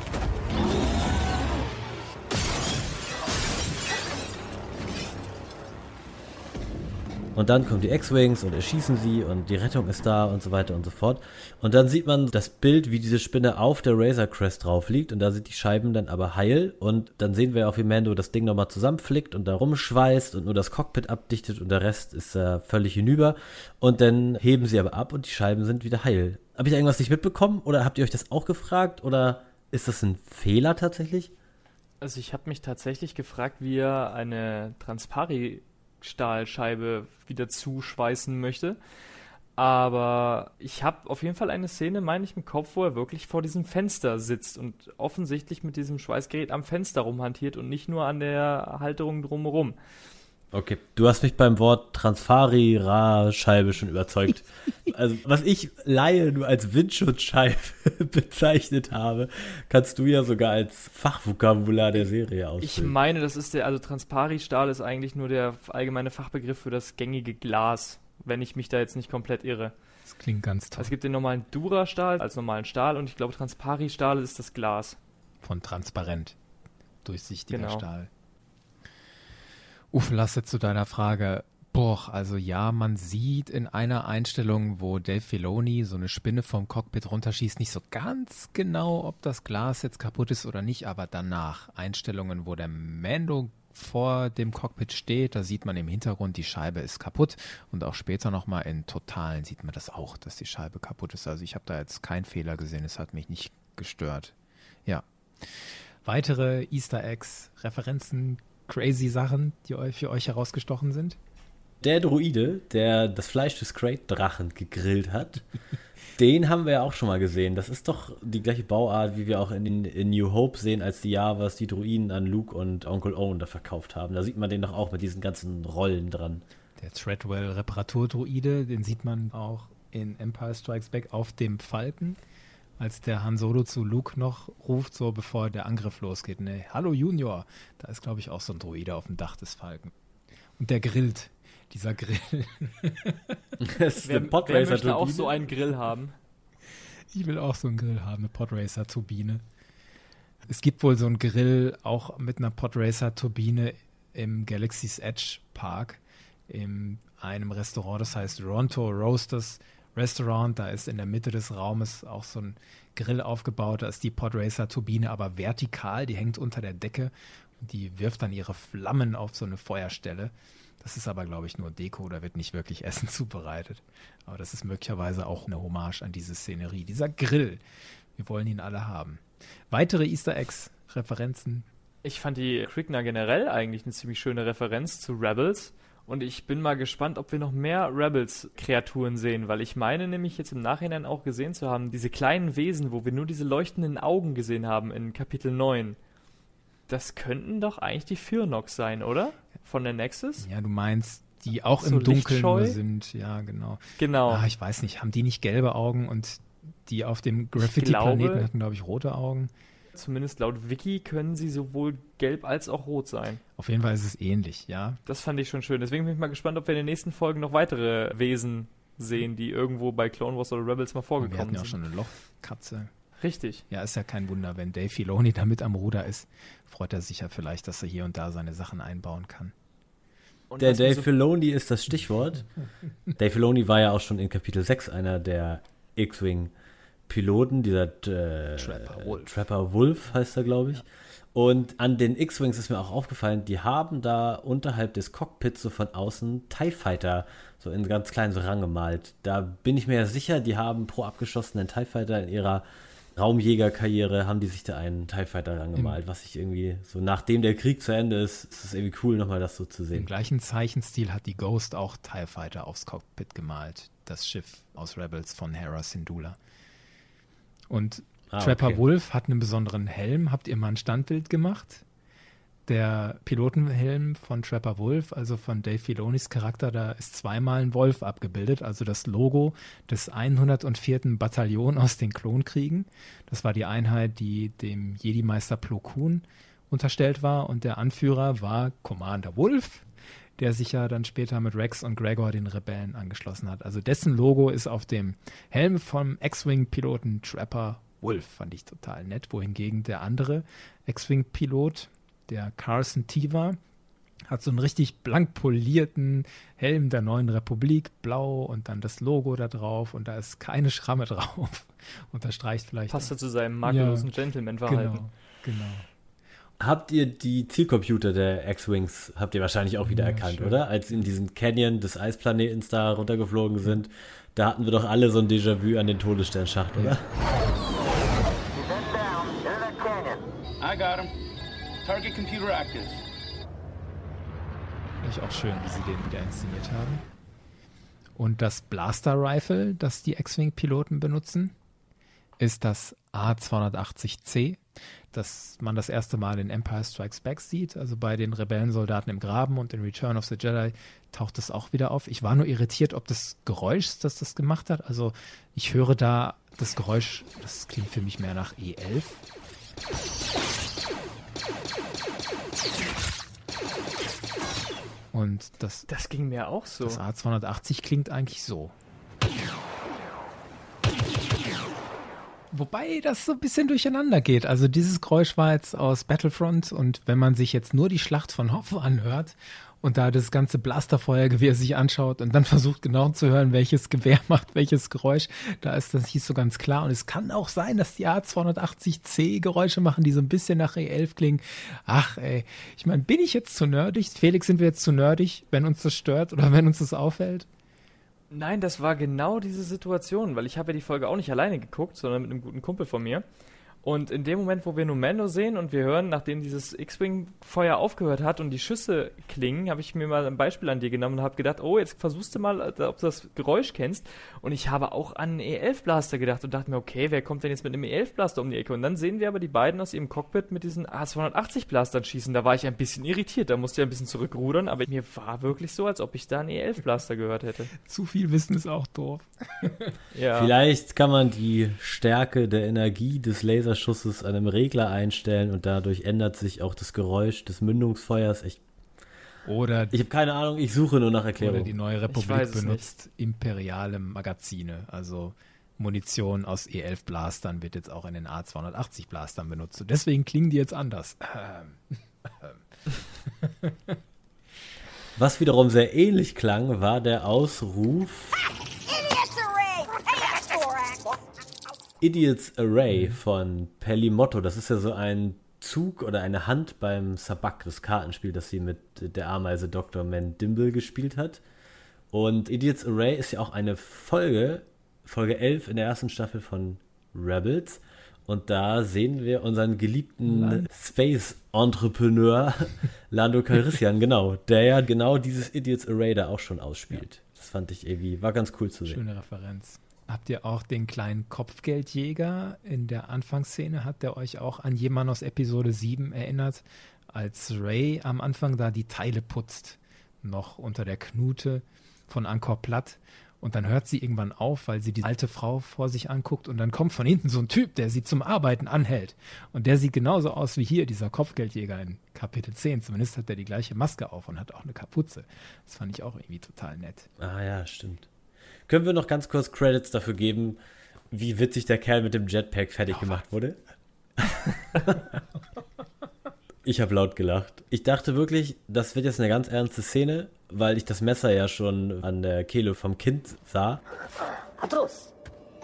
Und dann kommen die X-Wings und erschießen sie und die Rettung ist da und so weiter und so fort. Und dann sieht man das Bild, wie diese Spinne auf der Razor Crest drauf liegt und da sind die Scheiben dann aber heil und dann sehen wir auch, wie Mando das Ding nochmal zusammenflickt und da rumschweißt und nur das Cockpit abdichtet und der Rest ist völlig hinüber und dann heben sie aber ab und die Scheiben sind wieder heil. Habe ich irgendwas nicht mitbekommen oder habt ihr euch das auch gefragt oder ist das ein Fehler tatsächlich? Also ich habe mich tatsächlich gefragt, wie er eine Stahlscheibe wieder zuschweißen möchte. Aber ich habe auf jeden Fall eine Szene, meine ich, im Kopf, wo er wirklich vor diesem Fenster sitzt und offensichtlich mit diesem Schweißgerät am Fenster rumhantiert und nicht nur an der Halterung drumherum. Okay, du hast mich beim Wort Transfari-Ra-Scheibe schon überzeugt. Also, was ich Laie nur als Windschutzscheibe bezeichnet habe, kannst du ja sogar als Fachvokabular der Serie ausdrücken. Ich meine, das ist also Transpari-Stahl ist eigentlich nur der allgemeine Fachbegriff für das gängige Glas, wenn ich mich da jetzt nicht komplett irre. Das klingt ganz toll. Es gibt den normalen Dura-Stahl als normalen Stahl und ich glaube, Transpari-Stahl ist das Glas. Von transparent, durchsichtiger Genau. Stahl. Lasse, zu deiner Frage. Also ja, man sieht in einer Einstellung, wo Dave Filoni so eine Spinne vom Cockpit runterschießt, nicht so ganz genau, ob das Glas jetzt kaputt ist oder nicht, aber danach Einstellungen, wo der Mando vor dem Cockpit steht, da sieht man im Hintergrund, die Scheibe ist kaputt und auch später nochmal in Totalen sieht man das auch, dass die Scheibe kaputt ist. Also ich habe da jetzt keinen Fehler gesehen, es hat mich nicht gestört. Ja. Weitere Easter Eggs, Referenzen, crazy Sachen, die für euch herausgestochen sind? Der Droide, der das Fleisch des Krayt-Drachen gegrillt hat, den haben wir ja auch schon mal gesehen. Das ist doch die gleiche Bauart, wie wir auch in New Hope sehen, als die Javas die Droiden an Luke und Onkel Owen da verkauft haben. Da sieht man den doch auch mit diesen ganzen Rollen dran. Der Treadwell-Reparaturdroide, den sieht man auch in Empire Strikes Back auf dem Falken, als der Han Solo zu Luke noch ruft, so bevor der Angriff losgeht. Ne, hallo Junior, da ist, glaube ich, auch so ein Droide auf dem Dach des Falken. Und der grillt, dieser Grill. Das ist eine Wer möchte auch so einen Grill haben? Ich will auch so einen Grill haben, eine Podracer-Turbine. Es gibt wohl so einen Grill auch mit einer Podracer-Turbine im Galaxy's Edge Park, in einem Restaurant, das heißt Ronto Roasters Restaurant. Da ist in der Mitte des Raumes auch so ein Grill aufgebaut. Da ist die Podracer-Turbine aber vertikal, die hängt unter der Decke und die wirft dann ihre Flammen auf so eine Feuerstelle. Das ist aber, glaube ich, nur Deko, da wird nicht wirklich Essen zubereitet. Aber das ist möglicherweise auch eine Hommage an diese Szenerie. Dieser Grill, wir wollen ihn alle haben. Weitere Easter Eggs, Referenzen? Ich fand die Krykna generell eigentlich eine ziemlich schöne Referenz zu Rebels. Und ich bin mal gespannt, ob wir noch mehr Rebels-Kreaturen sehen, weil ich meine nämlich jetzt im Nachhinein auch gesehen zu haben, diese kleinen Wesen, wo wir nur diese leuchtenden Augen gesehen haben in Kapitel 9, das könnten doch eigentlich die Fyrnox sein, oder? Von der Nexus? Ja, du meinst, die auch So im Dunkeln lichtscheu? nur sind. Ja, genau. Genau. Ich weiß nicht, haben die nicht gelbe Augen und die auf dem Graffiti-Planeten hatten, glaube ich, rote Augen? Zumindest laut Wiki können sie sowohl gelb als auch rot sein. Auf jeden Fall ist es ähnlich, ja. Das fand ich schon schön. Deswegen bin ich mal gespannt, ob wir in den nächsten Folgen noch weitere Wesen sehen, die irgendwo bei Clone Wars oder Rebels mal vorgekommen Wir hatten ja auch sind. schon eine Lochkatze. Richtig. Ja, ist ja kein Wunder, wenn Dave Filoni da mit am Ruder ist, freut er sich ja vielleicht, dass er hier und da seine Sachen einbauen kann. Und Der was mir Dave so- Filoni ist das Stichwort. Dave Filoni war ja auch schon in Kapitel 6 einer der X-Wing-Piloten, dieser Trapper Wolf heißt er, glaube ich. Und an den X-Wings ist mir auch aufgefallen, die haben da unterhalb des Cockpits so von außen TIE Fighter so in ganz kleinen so rangemalt. Da bin ich mir ja sicher, die haben pro abgeschossenen TIE Fighter in ihrer Raumjägerkarriere haben die sich da einen TIE Fighter rangemalt, was ich irgendwie so, nachdem der Krieg zu Ende ist, ist es irgendwie cool, nochmal das so zu Im sehen. gleichen Zeichenstil hat die Ghost auch TIE Fighter aufs Cockpit gemalt. Das Schiff aus Rebels von Hera Syndulla. Und Trapper okay. Wolf hat einen besonderen Helm. Habt ihr mal ein Standbild gemacht? Der Pilotenhelm von Trapper Wolf, also von Dave Filonis Charakter, da ist zweimal ein Wolf abgebildet, also das Logo des 104. Bataillon aus den Klonkriegen. Das war die Einheit, die dem Jedi-Meister Plo Koon unterstellt war, und der Anführer war Commander Wolf, der sich ja dann später mit Rex und Gregor den Rebellen angeschlossen hat. Also dessen Logo ist auf dem Helm vom X-Wing-Piloten Trapper Wolf. Fand ich total nett. Wohingegen der andere X-Wing-Pilot, der Carson Tiva, hat so einen richtig blank polierten Helm der Neuen Republik, blau, und dann das Logo da drauf, und da ist keine Schramme drauf. Unterstreicht vielleicht. Passt ja zu seinem makellosen Gentleman-Verhalten. Genau. Habt ihr die Zielcomputer der X-Wings, habt ihr wahrscheinlich auch wieder erkannt, schön. oder? Als sie in diesen Canyon des Eisplanetens da runtergeflogen sind, da hatten wir doch alle so ein Déjà-vu an den Todessternschacht, oder? Descend down into that canyon. I got him. Target computer active. Finde ich auch schön, wie sie den wieder inszeniert haben. Und das Blaster Rifle, das die X-Wing-Piloten benutzen, ist das A280C, das man das erste Mal in Empire Strikes Back sieht. Also bei den Rebellensoldaten im Graben und in Return of the Jedi taucht es auch wieder auf. Ich war nur irritiert, ob das Geräusch, das das gemacht hat. Also ich höre da das Geräusch, das klingt für mich mehr nach E11. Und das ging mir auch so. Das A280 klingt eigentlich so. Wobei das so ein bisschen durcheinander geht. Also dieses Geräusch war jetzt aus Battlefront und wenn man sich jetzt nur die Schlacht von Hoth anhört und da das ganze Blasterfeuergewehr sich anschaut und dann versucht genau zu hören, welches Gewehr macht welches Geräusch, da ist das nicht so ganz klar. Und es kann auch sein, dass die A280C Geräusche machen, die so ein bisschen nach E11 klingen. Ach ey, ich meine, bin ich jetzt zu nerdig? Felix, sind wir jetzt zu nerdig, wenn uns das stört oder wenn uns das auffällt? Nein, das war genau diese Situation, weil ich habe ja die Folge auch nicht alleine geguckt, sondern mit einem guten Kumpel von mir. Und in dem Moment, wo wir nur Mando sehen und wir hören, nachdem dieses X-Wing-Feuer aufgehört hat und die Schüsse klingen, habe ich mir mal ein Beispiel an dir genommen und habe gedacht, oh, jetzt versuchst du mal, ob du das Geräusch kennst. Und ich habe auch an einen E11-Blaster gedacht und dachte mir, okay, wer kommt denn jetzt mit einem E11-Blaster um die Ecke? Und dann sehen wir aber die beiden aus ihrem Cockpit mit diesen A280-Blastern schießen. Da war ich ein bisschen irritiert, da musste ich ein bisschen zurückrudern, aber mir war wirklich so, als ob ich da einen E11-Blaster gehört hätte. Zu viel Wissen ist auch doof. Ja. Vielleicht kann man die Stärke der Energie des Laserschusses an einem Regler einstellen und dadurch ändert sich auch das Geräusch des Mündungsfeuers. Ich habe keine Ahnung, ich suche nur nach Erklärung. Oder die Neue Republik benutzt imperiale Magazine, also Munition aus E11 Blastern wird jetzt auch in den A280 Blastern benutzt. Deswegen klingen die jetzt anders. Was wiederum sehr ähnlich klang, war der Ausruf Idiots Array von Pelimotto. Das ist ja so ein Zug oder eine Hand beim Sabak, das Kartenspiel, das sie mit der Ameise Dr. Mandimble gespielt hat. Und Idiots Array ist ja auch eine Folge 11 in der ersten Staffel von Rebels. Und da sehen wir unseren geliebten Space-Entrepreneur Lando Calrissian, genau, der ja genau dieses Idiots Array da auch schon ausspielt. Ja. Das fand ich irgendwie, war ganz cool zu sehen. Schöne Referenz. Habt ihr auch den kleinen Kopfgeldjäger in der Anfangsszene? Hat der euch auch an jemanden aus Episode 7 erinnert, als Rey am Anfang da die Teile putzt, noch unter der Knute von Angkor Platt? Und dann hört sie irgendwann auf, weil sie die alte Frau vor sich anguckt und dann kommt von hinten so ein Typ, der sie zum Arbeiten anhält. Und der sieht genauso aus wie hier, dieser Kopfgeldjäger in Kapitel 10. Zumindest hat er die gleiche Maske auf und hat auch eine Kapuze. Das fand ich auch irgendwie total nett. Ah ja, stimmt. Können wir noch ganz kurz Credits dafür geben, wie witzig der Kerl mit dem Jetpack fertig gemacht wurde? Ich habe laut gelacht. Ich dachte wirklich, das wird jetzt eine ganz ernste Szene, weil ich das Messer ja schon an der Kehle vom Kind sah. Atros!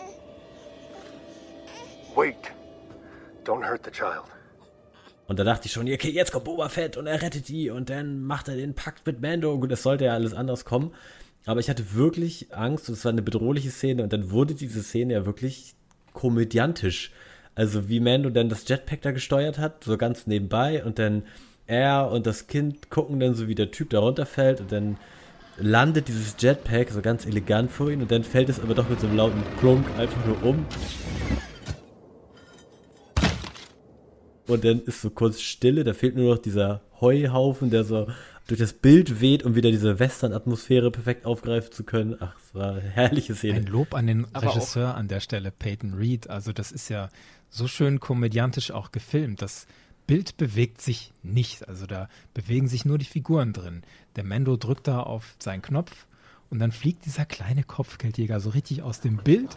Wait. Don't hurt the child. Und da dachte ich schon, okay, jetzt kommt Boba Fett und er rettet die und dann macht er den Pakt mit Mando. Gut, es sollte ja alles anders kommen. Aber ich hatte wirklich Angst und es war eine bedrohliche Szene und dann wurde diese Szene ja wirklich komödiantisch. Also wie Mando dann das Jetpack da gesteuert hat, so ganz nebenbei und dann er und das Kind gucken dann so, wie der Typ da runterfällt und dann landet dieses Jetpack so ganz elegant vor ihn und dann fällt es aber doch mit so einem lauten Klunk einfach nur um. Und dann ist so kurz Stille, da fehlt nur noch dieser Heuhaufen, der so durch das Bild weht, um wieder diese Western-Atmosphäre perfekt aufgreifen zu können. Ach, es war eine herrliche Szene. Ein Lob an den Regisseur an der Stelle, Peyton Reed. Also das ist ja so schön komödiantisch auch gefilmt. Das Bild bewegt sich nicht. Also da bewegen sich nur die Figuren drin. Der Mando drückt da auf seinen Knopf und dann fliegt dieser kleine Kopfgeldjäger so richtig aus dem Bild.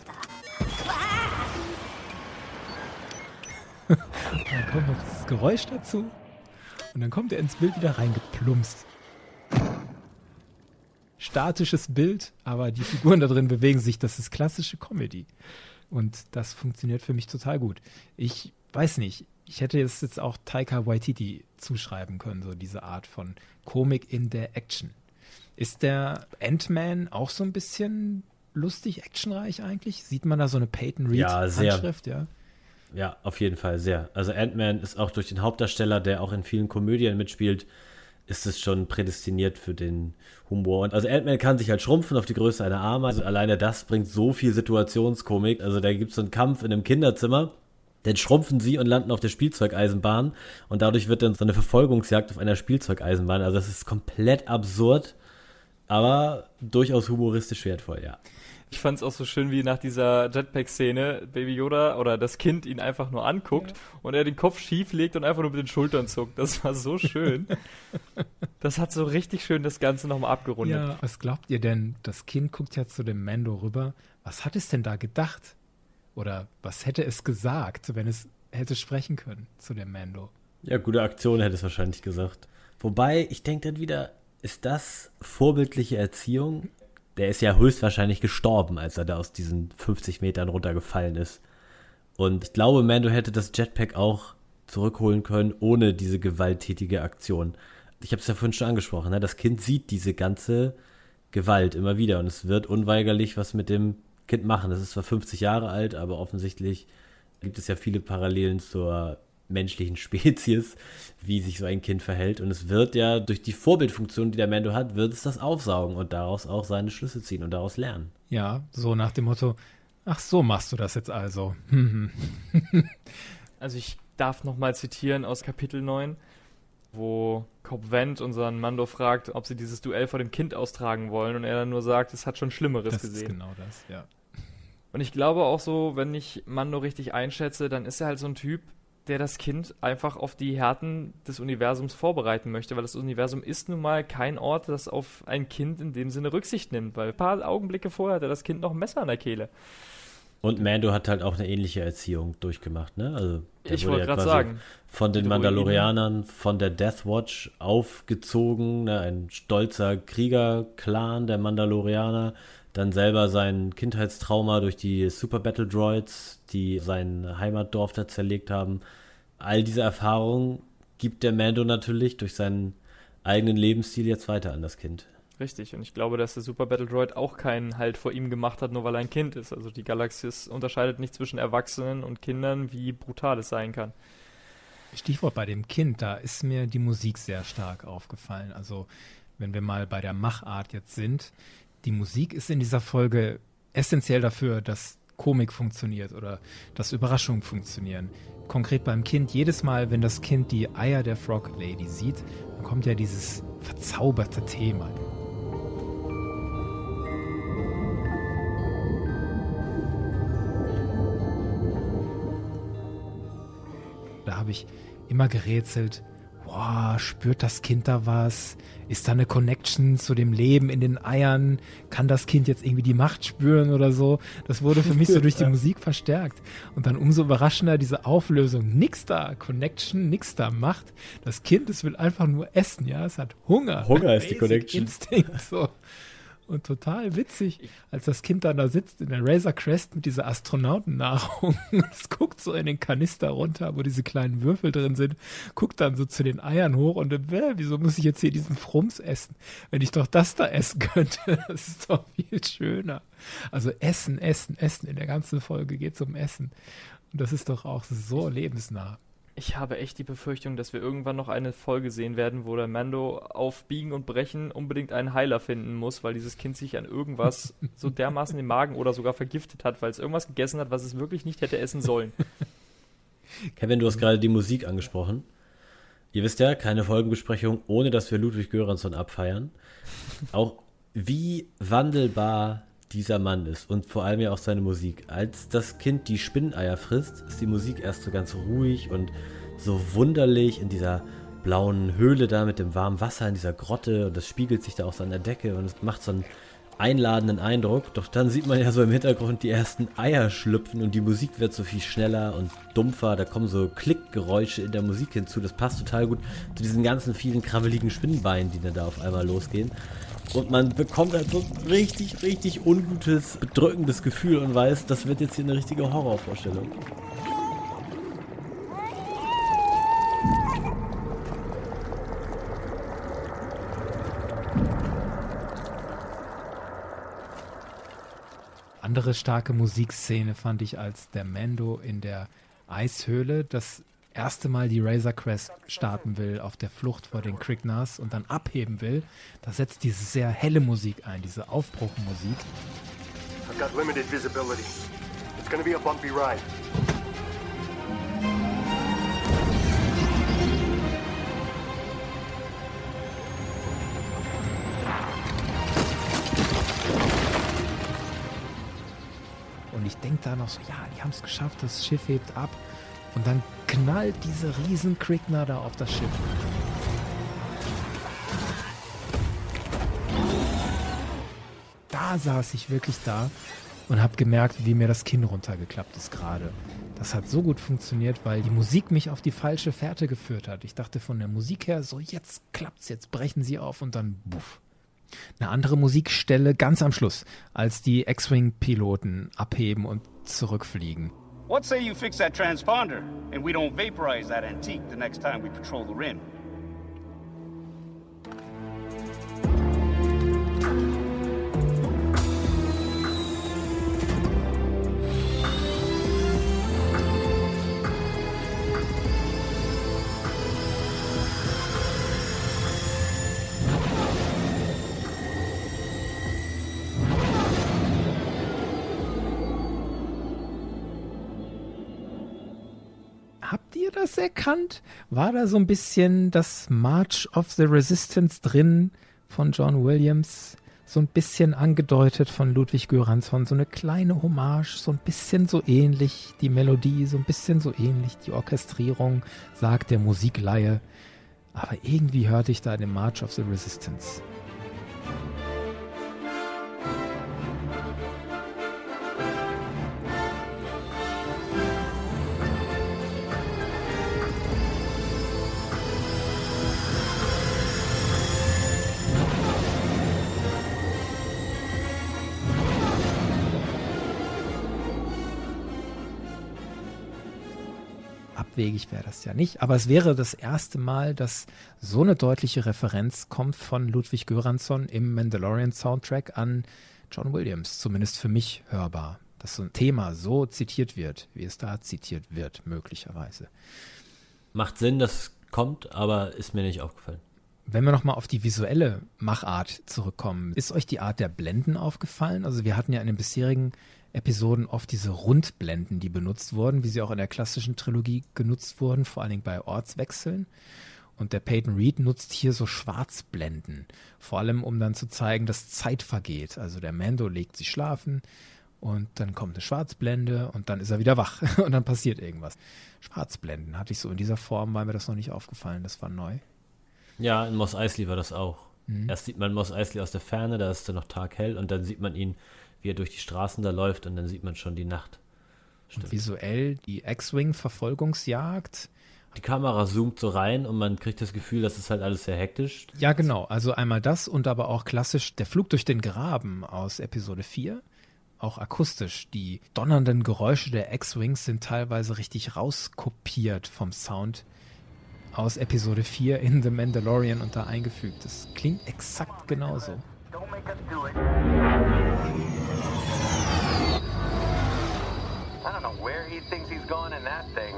Dann kommt noch das Geräusch dazu und dann kommt er ins Bild wieder reingeplumpst. Statisches Bild, aber die Figuren da drin bewegen sich. Das ist klassische Comedy. Und das funktioniert für mich total gut. Ich weiß nicht, ich hätte jetzt auch Taika Waititi zuschreiben können, so diese Art von Komik in der Action. Ist der Ant-Man auch so ein bisschen lustig, actionreich eigentlich? Sieht man da so eine Peyton Reed Handschrift? Ja. Ja, auf jeden Fall sehr. Also Ant-Man ist auch durch den Hauptdarsteller, der auch in vielen Komödien mitspielt, ist es schon prädestiniert für den Humor. Also Ant-Man kann sich halt schrumpfen auf die Größe einer Ameise. Also alleine das bringt so viel Situationskomik. Also da gibt es so einen Kampf in einem Kinderzimmer, dann schrumpfen sie und landen auf der Spielzeugeisenbahn und dadurch wird dann so eine Verfolgungsjagd auf einer Spielzeugeisenbahn. Also das ist komplett absurd, aber durchaus humoristisch wertvoll, ja. Ich fand es auch so schön, wie nach dieser Jetpack-Szene Baby Yoda oder das Kind ihn einfach nur anguckt und er den Kopf schief legt und einfach nur mit den Schultern zuckt. Das war so schön. Das hat so richtig schön das Ganze nochmal abgerundet. Ja, was glaubt ihr denn? Das Kind guckt ja zu dem Mando rüber. Was hat es denn da gedacht? Oder was hätte es gesagt, wenn es hätte sprechen können zu dem Mando? Ja, gute Aktion hätte es wahrscheinlich gesagt. Wobei, ich denke dann wieder, ist das vorbildliche Erziehung? Der ist ja höchstwahrscheinlich gestorben, als er da aus diesen 50 Metern runtergefallen ist. Und ich glaube, Mando hätte das Jetpack auch zurückholen können, ohne diese gewalttätige Aktion. Ich habe es ja vorhin schon angesprochen, ne? Das Kind sieht diese ganze Gewalt immer wieder und es wird unweigerlich was mit dem Kind machen. Das ist zwar 50 Jahre alt, aber offensichtlich gibt es ja viele Parallelen zur menschlichen Spezies, wie sich so ein Kind verhält. Und es wird ja durch die Vorbildfunktion, die der Mando hat, wird es das aufsaugen und daraus auch seine Schlüsse ziehen und daraus lernen. Ja, so nach dem Motto, ach so machst du das jetzt also. Also ich darf nochmal zitieren aus Kapitel 9, wo Cobb Vanth unseren Mando fragt, ob sie dieses Duell vor dem Kind austragen wollen und er dann nur sagt, es hat schon Schlimmeres gesehen. Das ist genau das, ja. Und ich glaube auch so, wenn ich Mando richtig einschätze, dann ist er halt so ein Typ, der das Kind einfach auf die Härten des Universums vorbereiten möchte, weil das Universum ist nun mal kein Ort, das auf ein Kind in dem Sinne Rücksicht nimmt, weil ein paar Augenblicke vorher hat er das Kind noch ein Messer an der Kehle. Und Mando hat halt auch eine ähnliche Erziehung durchgemacht, ne? Also ich wollte gerade sagen. Von den Mandalorianern, von der Death Watch aufgezogen, ne? Ein stolzer Krieger-Clan der Mandalorianer, dann selber sein Kindheitstrauma durch die Super Battle Droids, die sein Heimatdorf da zerlegt haben. All diese Erfahrungen gibt der Mando natürlich durch seinen eigenen Lebensstil jetzt weiter an das Kind. Richtig, und ich glaube, dass der Super Battle Droid auch keinen Halt vor ihm gemacht hat, nur weil er ein Kind ist. Also die Galaxis unterscheidet nicht zwischen Erwachsenen und Kindern, wie brutal es sein kann. Stichwort bei dem Kind, da ist mir die Musik sehr stark aufgefallen. Also wenn wir mal bei der Machart jetzt sind, die Musik ist in dieser Folge essentiell dafür, dass Komik funktioniert oder dass Überraschungen funktionieren. Konkret beim Kind, jedes Mal, wenn das Kind die Eier der Frog Lady sieht, dann kommt ja dieses verzauberte Thema. Da habe ich immer gerätselt, boah, spürt das Kind da was? Ist da eine Connection zu dem Leben in den Eiern? Kann das Kind jetzt irgendwie die Macht spüren oder so? Das wurde für mich so durch die Musik verstärkt. Und dann umso überraschender diese Auflösung. Nix da, Connection, nix da, Macht. Das Kind, es will einfach nur essen, ja? Es hat Hunger. Hunger ist die Connection. Instinkt, so. Und total witzig, als das Kind dann da sitzt in der Razor Crest mit dieser Astronautennahrung und es guckt so in den Kanister runter, wo diese kleinen Würfel drin sind, guckt dann so zu den Eiern hoch und wieso muss ich jetzt hier diesen Frums essen, wenn ich doch das da essen könnte? Das ist doch viel schöner. Also Essen, Essen, Essen. In der ganzen Folge geht es um Essen. Und das ist doch auch so lebensnah. Ich habe echt die Befürchtung, dass wir irgendwann noch eine Folge sehen werden, wo der Mando auf Biegen und Brechen unbedingt einen Heiler finden muss, weil dieses Kind sich an irgendwas so dermaßen den Magen oder sogar vergiftet hat, weil es irgendwas gegessen hat, was es wirklich nicht hätte essen sollen. Kevin, du hast gerade die Musik angesprochen. Ihr wisst ja, keine Folgenbesprechung, ohne dass wir Ludwig Göransson abfeiern. Auch wie wandelbar dieser Mann ist und vor allem ja auch seine Musik. Als das Kind die Spinneier frisst, ist die Musik erst so ganz ruhig und so wunderlich in dieser blauen Höhle da mit dem warmen Wasser in dieser Grotte und das spiegelt sich da auch so an der Decke und es macht so einen einladenden Eindruck. Doch dann sieht man ja so im Hintergrund die ersten Eier schlüpfen und die Musik wird so viel schneller und dumpfer. Da kommen so Klickgeräusche in der Musik hinzu. Das passt total gut zu diesen ganzen vielen krabbeligen Spinnbeinen, die dann da auf einmal losgehen. Und man bekommt halt so ein richtig, richtig ungutes, bedrückendes Gefühl und weiß, das wird jetzt hier eine richtige Horrorvorstellung. Andere starke Musikszene fand ich als der Mando in der Eishöhle. Das erste Mal die Razor Crest starten will auf der Flucht vor den Kryknas und dann abheben will, da setzt diese sehr helle Musik ein, diese Aufbruchmusik. I've got limited visibility. It's gonna be a bumpy ride. Und ich denke da noch so, ja, die haben es geschafft, das Schiff hebt ab. Und dann knallt diese riesen Krykna da auf das Schiff. Da saß ich wirklich da und habe gemerkt, wie mir das Kinn runtergeklappt ist gerade. Das hat so gut funktioniert, weil die Musik mich auf die falsche Fährte geführt hat. Ich dachte von der Musik her, so jetzt klappt's, jetzt brechen sie auf und dann buff. Eine andere Musikstelle ganz am Schluss, als die X-Wing-Piloten abheben und zurückfliegen. What say you fix that transponder and we don't vaporize that antique the next time we patrol the rim? Habt ihr das erkannt? War da so ein bisschen das March of the Resistance drin von John Williams? So ein bisschen angedeutet von Ludwig Göransson, so eine kleine Hommage, so ein bisschen so ähnlich die Melodie, so ein bisschen so ähnlich die Orchestrierung, sagt der Musikleihe. Aber irgendwie hörte ich da den March of the Resistance. Abwegig wäre das ja nicht, aber es wäre das erste Mal, dass so eine deutliche Referenz kommt von Ludwig Göransson im Mandalorian-Soundtrack an John Williams, zumindest für mich hörbar, dass so ein Thema so zitiert wird, wie es da zitiert wird, möglicherweise. Macht Sinn, dass es kommt, aber ist mir nicht aufgefallen. Wenn wir nochmal auf die visuelle Machart zurückkommen, ist euch die Art der Blenden aufgefallen? Also wir hatten ja in den bisherigen Episoden oft diese Rundblenden, die benutzt wurden, wie sie auch in der klassischen Trilogie genutzt wurden, vor allen Dingen bei Ortswechseln. Und der Peyton Reed nutzt hier so Schwarzblenden, vor allem um dann zu zeigen, dass Zeit vergeht. Also der Mando legt sich schlafen und dann kommt eine Schwarzblende und dann ist er wieder wach und dann passiert irgendwas. Schwarzblenden hatte ich so in dieser Form, war mir das noch nicht aufgefallen, das war neu. Ja, in Mos Eisley war das auch. Erst sieht man Mos Eisley aus der Ferne, da ist dann noch taghell und dann sieht man ihn, wie er durch die Straßen da läuft und dann sieht man schon die Nacht. Stimmt. Und visuell die X-Wing-Verfolgungsjagd. Die Kamera zoomt so rein und man kriegt das Gefühl, das ist halt alles sehr hektisch. Ja, genau. Also einmal das und aber auch klassisch der Flug durch den Graben aus Episode 4. Auch akustisch. Die donnernden Geräusche der X-Wings sind teilweise richtig rauskopiert vom Sound aus Episode 4 in The Mandalorian und da eingefügt. Das klingt exakt genauso. Don't make us do it. I don't know where he thinks he's going in that thing.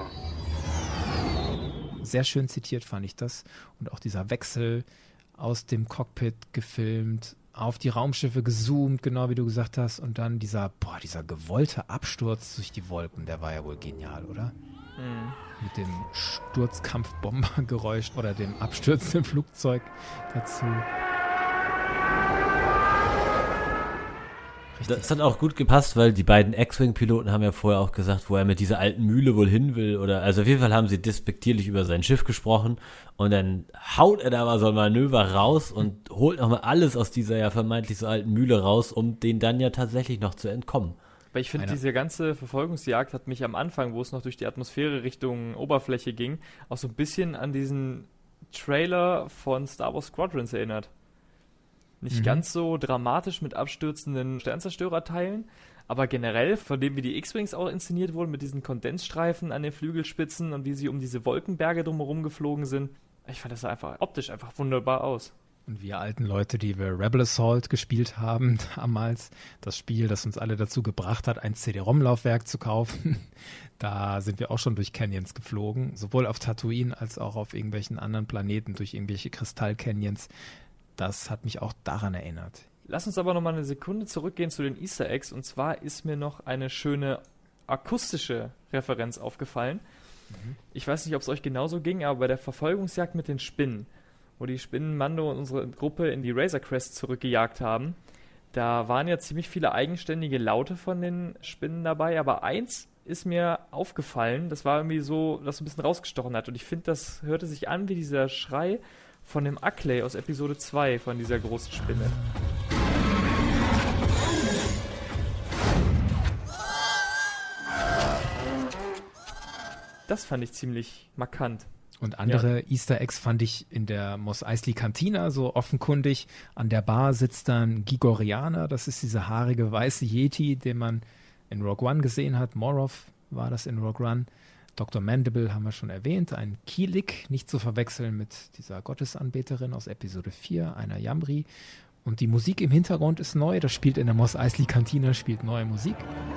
Sehr schön zitiert fand ich das. Und auch dieser Wechsel aus dem Cockpit gefilmt, auf die Raumschiffe gezoomt, genau wie du gesagt hast. Und dann dieser gewollte Absturz durch die Wolken, der war ja wohl genial, oder? Mhm. Mit dem Sturzkampfbombergeräusch oder dem abstürzenden Flugzeug dazu. Das hat auch gut gepasst, weil die beiden X-Wing-Piloten haben ja vorher auch gesagt, wo er mit dieser alten Mühle wohl hin will. Oder also auf jeden Fall haben sie despektierlich über sein Schiff gesprochen und dann haut er da mal so ein Manöver raus und holt nochmal alles aus dieser ja vermeintlich so alten Mühle raus, um denen dann ja tatsächlich noch zu entkommen. Weil ich finde, diese ganze Verfolgungsjagd hat mich am Anfang, wo es noch durch die Atmosphäre Richtung Oberfläche ging, auch so ein bisschen an diesen Trailer von Star Wars Squadrons erinnert. Nicht ganz so dramatisch mit abstürzenden Sternzerstörerteilen, aber generell, von dem wie die X-Wings auch inszeniert wurden, mit diesen Kondensstreifen an den Flügelspitzen und wie sie um diese Wolkenberge drumherum geflogen sind. Ich fand das sah einfach optisch einfach wunderbar aus. Und wir alten Leute, die wir Rebel Assault gespielt haben damals, das Spiel, das uns alle dazu gebracht hat, ein CD-ROM-Laufwerk zu kaufen, da sind wir auch schon durch Canyons geflogen, sowohl auf Tatooine als auch auf irgendwelchen anderen Planeten, durch irgendwelche Kristall-Canyons. Das hat mich auch daran erinnert. Lass uns aber noch mal eine Sekunde zurückgehen zu den Easter Eggs. Und zwar ist mir noch eine schöne akustische Referenz aufgefallen. Ich weiß nicht, ob es euch genauso ging, aber bei der Verfolgungsjagd mit den Spinnen, wo die Spinnen Mando und unsere Gruppe in die Razor Crest zurückgejagt haben, da waren ja ziemlich viele eigenständige Laute von den Spinnen dabei, aber eins ist mir aufgefallen, das war irgendwie so, das ein bisschen rausgestochen hat, und ich finde, das hörte sich an wie dieser Schrei von dem Ackley aus Episode 2, von dieser großen Spinne. Das fand ich ziemlich markant. Und andere Easter Eggs fand ich in der Mos Eisley Cantina so offenkundig. An der Bar sitzt dann Gigorianer, das ist dieser haarige weiße Yeti, den man in Rogue One gesehen hat. Morov war das in Rogue One. Dr. Mandible haben wir schon erwähnt. Ein Kilik, nicht zu verwechseln mit dieser Gottesanbeterin aus Episode 4, einer Yamri. Und die Musik im Hintergrund ist neu. Das spielt in der Mos Eisley Cantina, spielt neue Musik.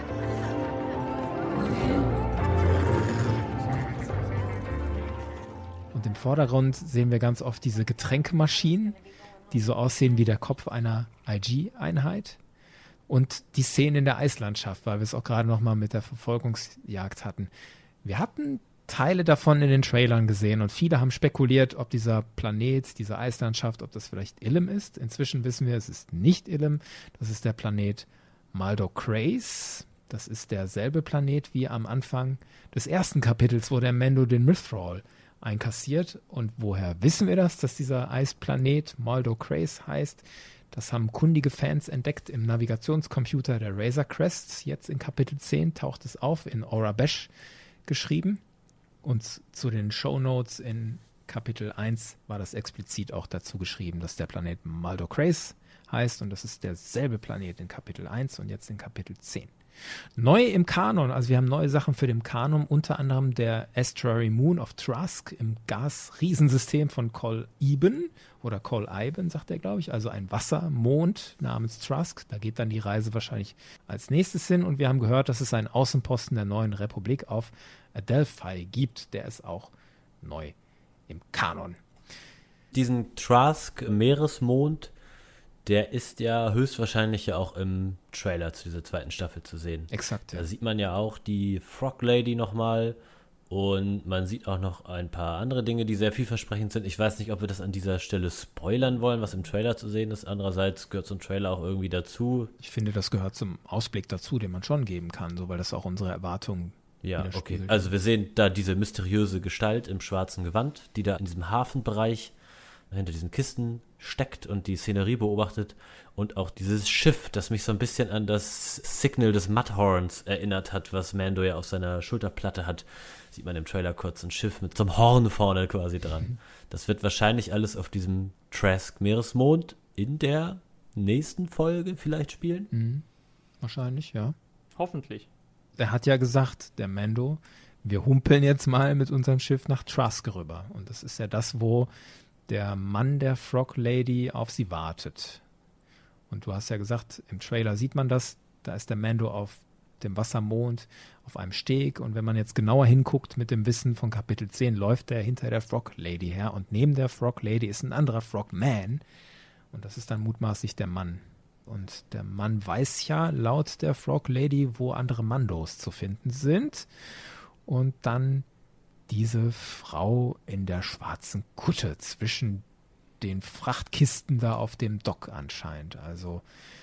Und im Vordergrund sehen wir ganz oft diese Getränkemaschinen, die so aussehen wie der Kopf einer IG-Einheit. Und die Szenen in der Eislandschaft, weil wir es auch gerade noch mal mit der Verfolgungsjagd hatten. Wir hatten Teile davon in den Trailern gesehen und viele haben spekuliert, ob dieser Planet, diese Eislandschaft, ob das vielleicht Ilum ist. Inzwischen wissen wir, es ist nicht Ilum. Das ist der Planet Maldo Kreis. Das ist derselbe Planet wie am Anfang des ersten Kapitels, wo der Mando den Mythrol einkassiert. Und woher wissen wir das, dass dieser Eisplanet Maldo Kreis heißt? Das haben kundige Fans entdeckt im Navigationscomputer der Razor Crest. Jetzt in Kapitel 10 taucht es auf, in Orabesh geschrieben. Und zu den Shownotes in Kapitel 1 war das explizit auch dazu geschrieben, dass der Planet Maldo Kreis heißt. Und das ist derselbe Planet in Kapitel 1 und jetzt in Kapitel 10. Neu im Kanon, also wir haben neue Sachen für den Kanon, unter anderem der Estuary Moon of Trask im Gasriesensystem von Kol Iben oder Kol Iben, sagt er, glaube ich, also ein Wassermond namens Trask. Da geht dann die Reise wahrscheinlich als nächstes hin, und wir haben gehört, dass es einen Außenposten der neuen Republik auf Adelphi gibt. Der ist auch neu im Kanon. Diesen Trask Meeresmond, der ist ja höchstwahrscheinlich ja auch im Trailer zu dieser zweiten Staffel zu sehen. Exakt, ja. Da sieht man ja auch die Frog Lady nochmal, und man sieht auch noch ein paar andere Dinge, die sehr vielversprechend sind. Ich weiß nicht, ob wir das an dieser Stelle spoilern wollen, was im Trailer zu sehen ist. Andererseits gehört so ein Trailer auch irgendwie dazu. Ich finde, das gehört zum Ausblick dazu, den man schon geben kann, so, weil das auch unsere Erwartungen okay. Also wir sehen da diese mysteriöse Gestalt im schwarzen Gewand, die da in diesem Hafenbereich hinter diesen Kisten steckt und die Szenerie beobachtet, und auch dieses Schiff, das mich so ein bisschen an das Signal des Mudhorns erinnert hat, was Mando ja auf seiner Schulterplatte hat. Sieht man im Trailer kurz ein Schiff mit so einem Horn vorne quasi dran. Das wird wahrscheinlich alles auf diesem Trask Meeresmond in der nächsten Folge vielleicht spielen. Mhm. Wahrscheinlich, ja. Hoffentlich. Er hat ja gesagt, der Mando, wir humpeln jetzt mal mit unserem Schiff nach Trask rüber. Und das ist ja das, wo der Mann der Frog Lady auf sie wartet. Und du hast ja gesagt, im Trailer sieht man das, da ist der Mando auf dem Wassermond auf einem Steg, und wenn man jetzt genauer hinguckt mit dem Wissen von Kapitel 10, läuft der hinter der Frog Lady her, und neben der Frog Lady ist ein anderer Frogman, und das ist dann mutmaßlich der Mann. Und der Mann weiß ja laut der Frog Lady, wo andere Mandos zu finden sind, und dann diese Frau in der schwarzen Kutte zwischen den Frachtkisten da auf dem Dock anscheinend. Also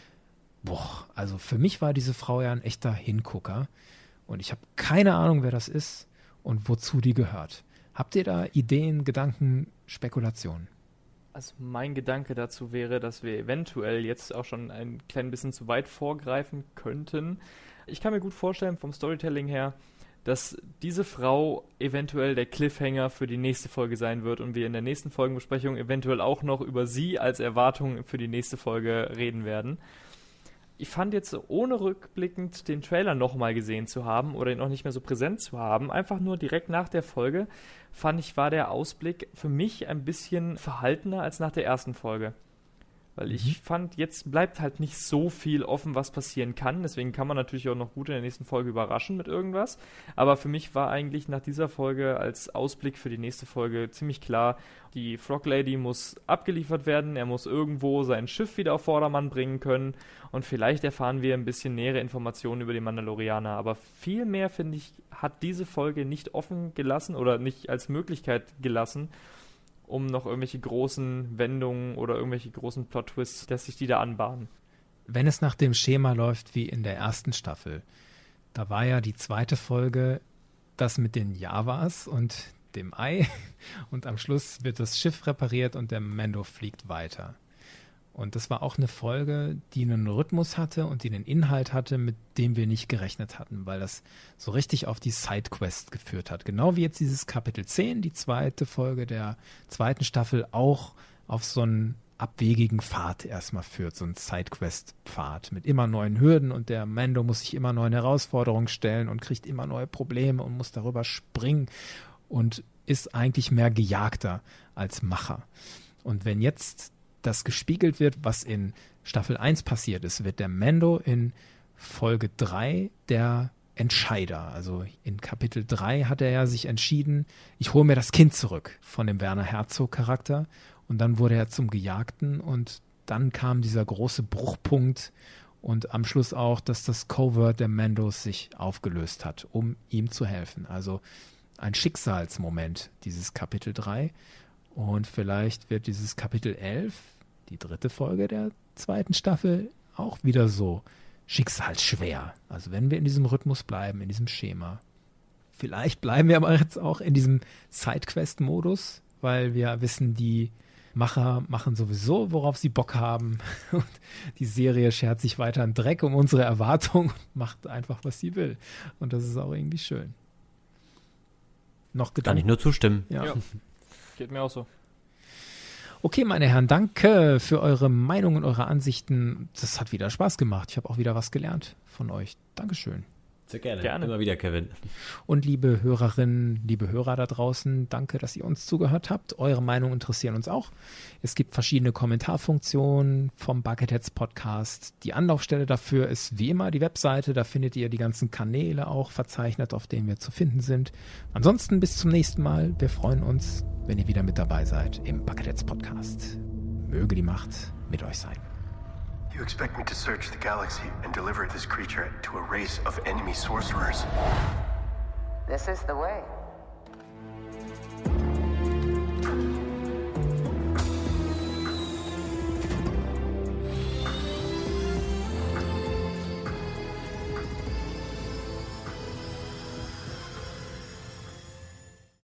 für mich war diese Frau ja ein echter Hingucker, und ich habe keine Ahnung, wer das ist und wozu die gehört. Habt ihr da Ideen, Gedanken, Spekulationen? Also mein Gedanke dazu wäre, dass wir eventuell jetzt auch schon ein klein bisschen zu weit vorgreifen könnten. Ich kann mir gut vorstellen, vom Storytelling her, dass diese Frau eventuell der Cliffhanger für die nächste Folge sein wird und wir in der nächsten Folgenbesprechung eventuell auch noch über sie als Erwartung für die nächste Folge reden werden. ich fand jetzt ohne rückblickend den Trailer nochmal gesehen zu haben oder ihn noch nicht mehr so präsent zu haben, einfach nur direkt nach der Folge, fand ich, war der Ausblick für mich ein bisschen verhaltener als nach der ersten Folge. Weil ich fand, jetzt bleibt halt nicht so viel offen, was passieren kann. Deswegen kann man natürlich auch noch gut in der nächsten Folge überraschen mit irgendwas. Aber für mich war eigentlich nach dieser Folge als Ausblick für die nächste Folge ziemlich klar, die Frog Lady muss abgeliefert werden. Er muss irgendwo sein Schiff wieder auf Vordermann bringen können. Und vielleicht erfahren wir ein bisschen nähere Informationen über den Mandalorianer. Aber viel mehr, finde ich, hat diese Folge nicht offen gelassen oder nicht als Möglichkeit gelassen, um noch irgendwelche großen Wendungen oder irgendwelche großen Plot-Twists, dass sich die da anbahnen. Wenn es nach dem Schema läuft wie in der ersten Staffel, da war ja die zweite Folge das mit den Javas und dem Ei und am Schluss wird das Schiff repariert und der Mando fliegt weiter. Und das war auch eine Folge, die einen Rhythmus hatte und die einen Inhalt hatte, mit dem wir nicht gerechnet hatten, weil das so richtig auf die Sidequest geführt hat. Genau wie jetzt dieses Kapitel 10, die zweite Folge der zweiten Staffel, auch auf so einen abwegigen Pfad erstmal führt, so einen Sidequest-Pfad mit immer neuen Hürden und der Mando muss sich immer neuen Herausforderungen stellen und kriegt immer neue Probleme und muss darüber springen und ist eigentlich mehr Gejagter als Macher. Und wenn jetzt das gespiegelt wird, was in Staffel 1 passiert ist, wird der Mando in Folge 3 der Entscheider. Also in Kapitel 3 hat er ja sich entschieden, ich hole mir das Kind zurück von dem Werner Herzog-Charakter und dann wurde er zum Gejagten und dann kam dieser große Bruchpunkt und am Schluss auch, dass das Covert der Mandos sich aufgelöst hat, um ihm zu helfen. Also ein Schicksalsmoment, dieses Kapitel 3. Und vielleicht wird dieses Kapitel 11, die dritte Folge der zweiten Staffel, auch wieder so schicksalsschwer. Also wenn wir in diesem Rhythmus bleiben, in diesem Schema. Vielleicht bleiben wir aber jetzt auch in diesem Sidequest-Modus, weil wir wissen, die Macher machen sowieso, worauf sie Bock haben. Und die Serie schert sich weiter einen Dreck um unsere Erwartungen und macht einfach, was sie will. Und das ist auch irgendwie schön. Noch Gedanken? Kann ich nur zustimmen. Ja. Geht mir auch so. Okay, meine Herren, danke für eure Meinung und eure Ansichten. Das hat wieder Spaß gemacht. Ich habe auch wieder was gelernt von euch. Dankeschön. Sehr gerne. Immer wieder, Kevin. Und liebe Hörerinnen, liebe Hörer da draußen, danke, dass ihr uns zugehört habt. Eure Meinung interessieren uns auch. Es gibt verschiedene Kommentarfunktionen vom Bucketheads Podcast. Die Anlaufstelle dafür ist wie immer die Webseite. Da findet ihr die ganzen Kanäle auch verzeichnet, auf denen wir zu finden sind. Ansonsten bis zum nächsten Mal. Wir freuen uns, wenn ihr wieder mit dabei seid im Bucketheads Podcast. Möge die Macht mit euch sein. You expect me to search the galaxy and deliver this creature to a race of enemy sorcerers? This is the way.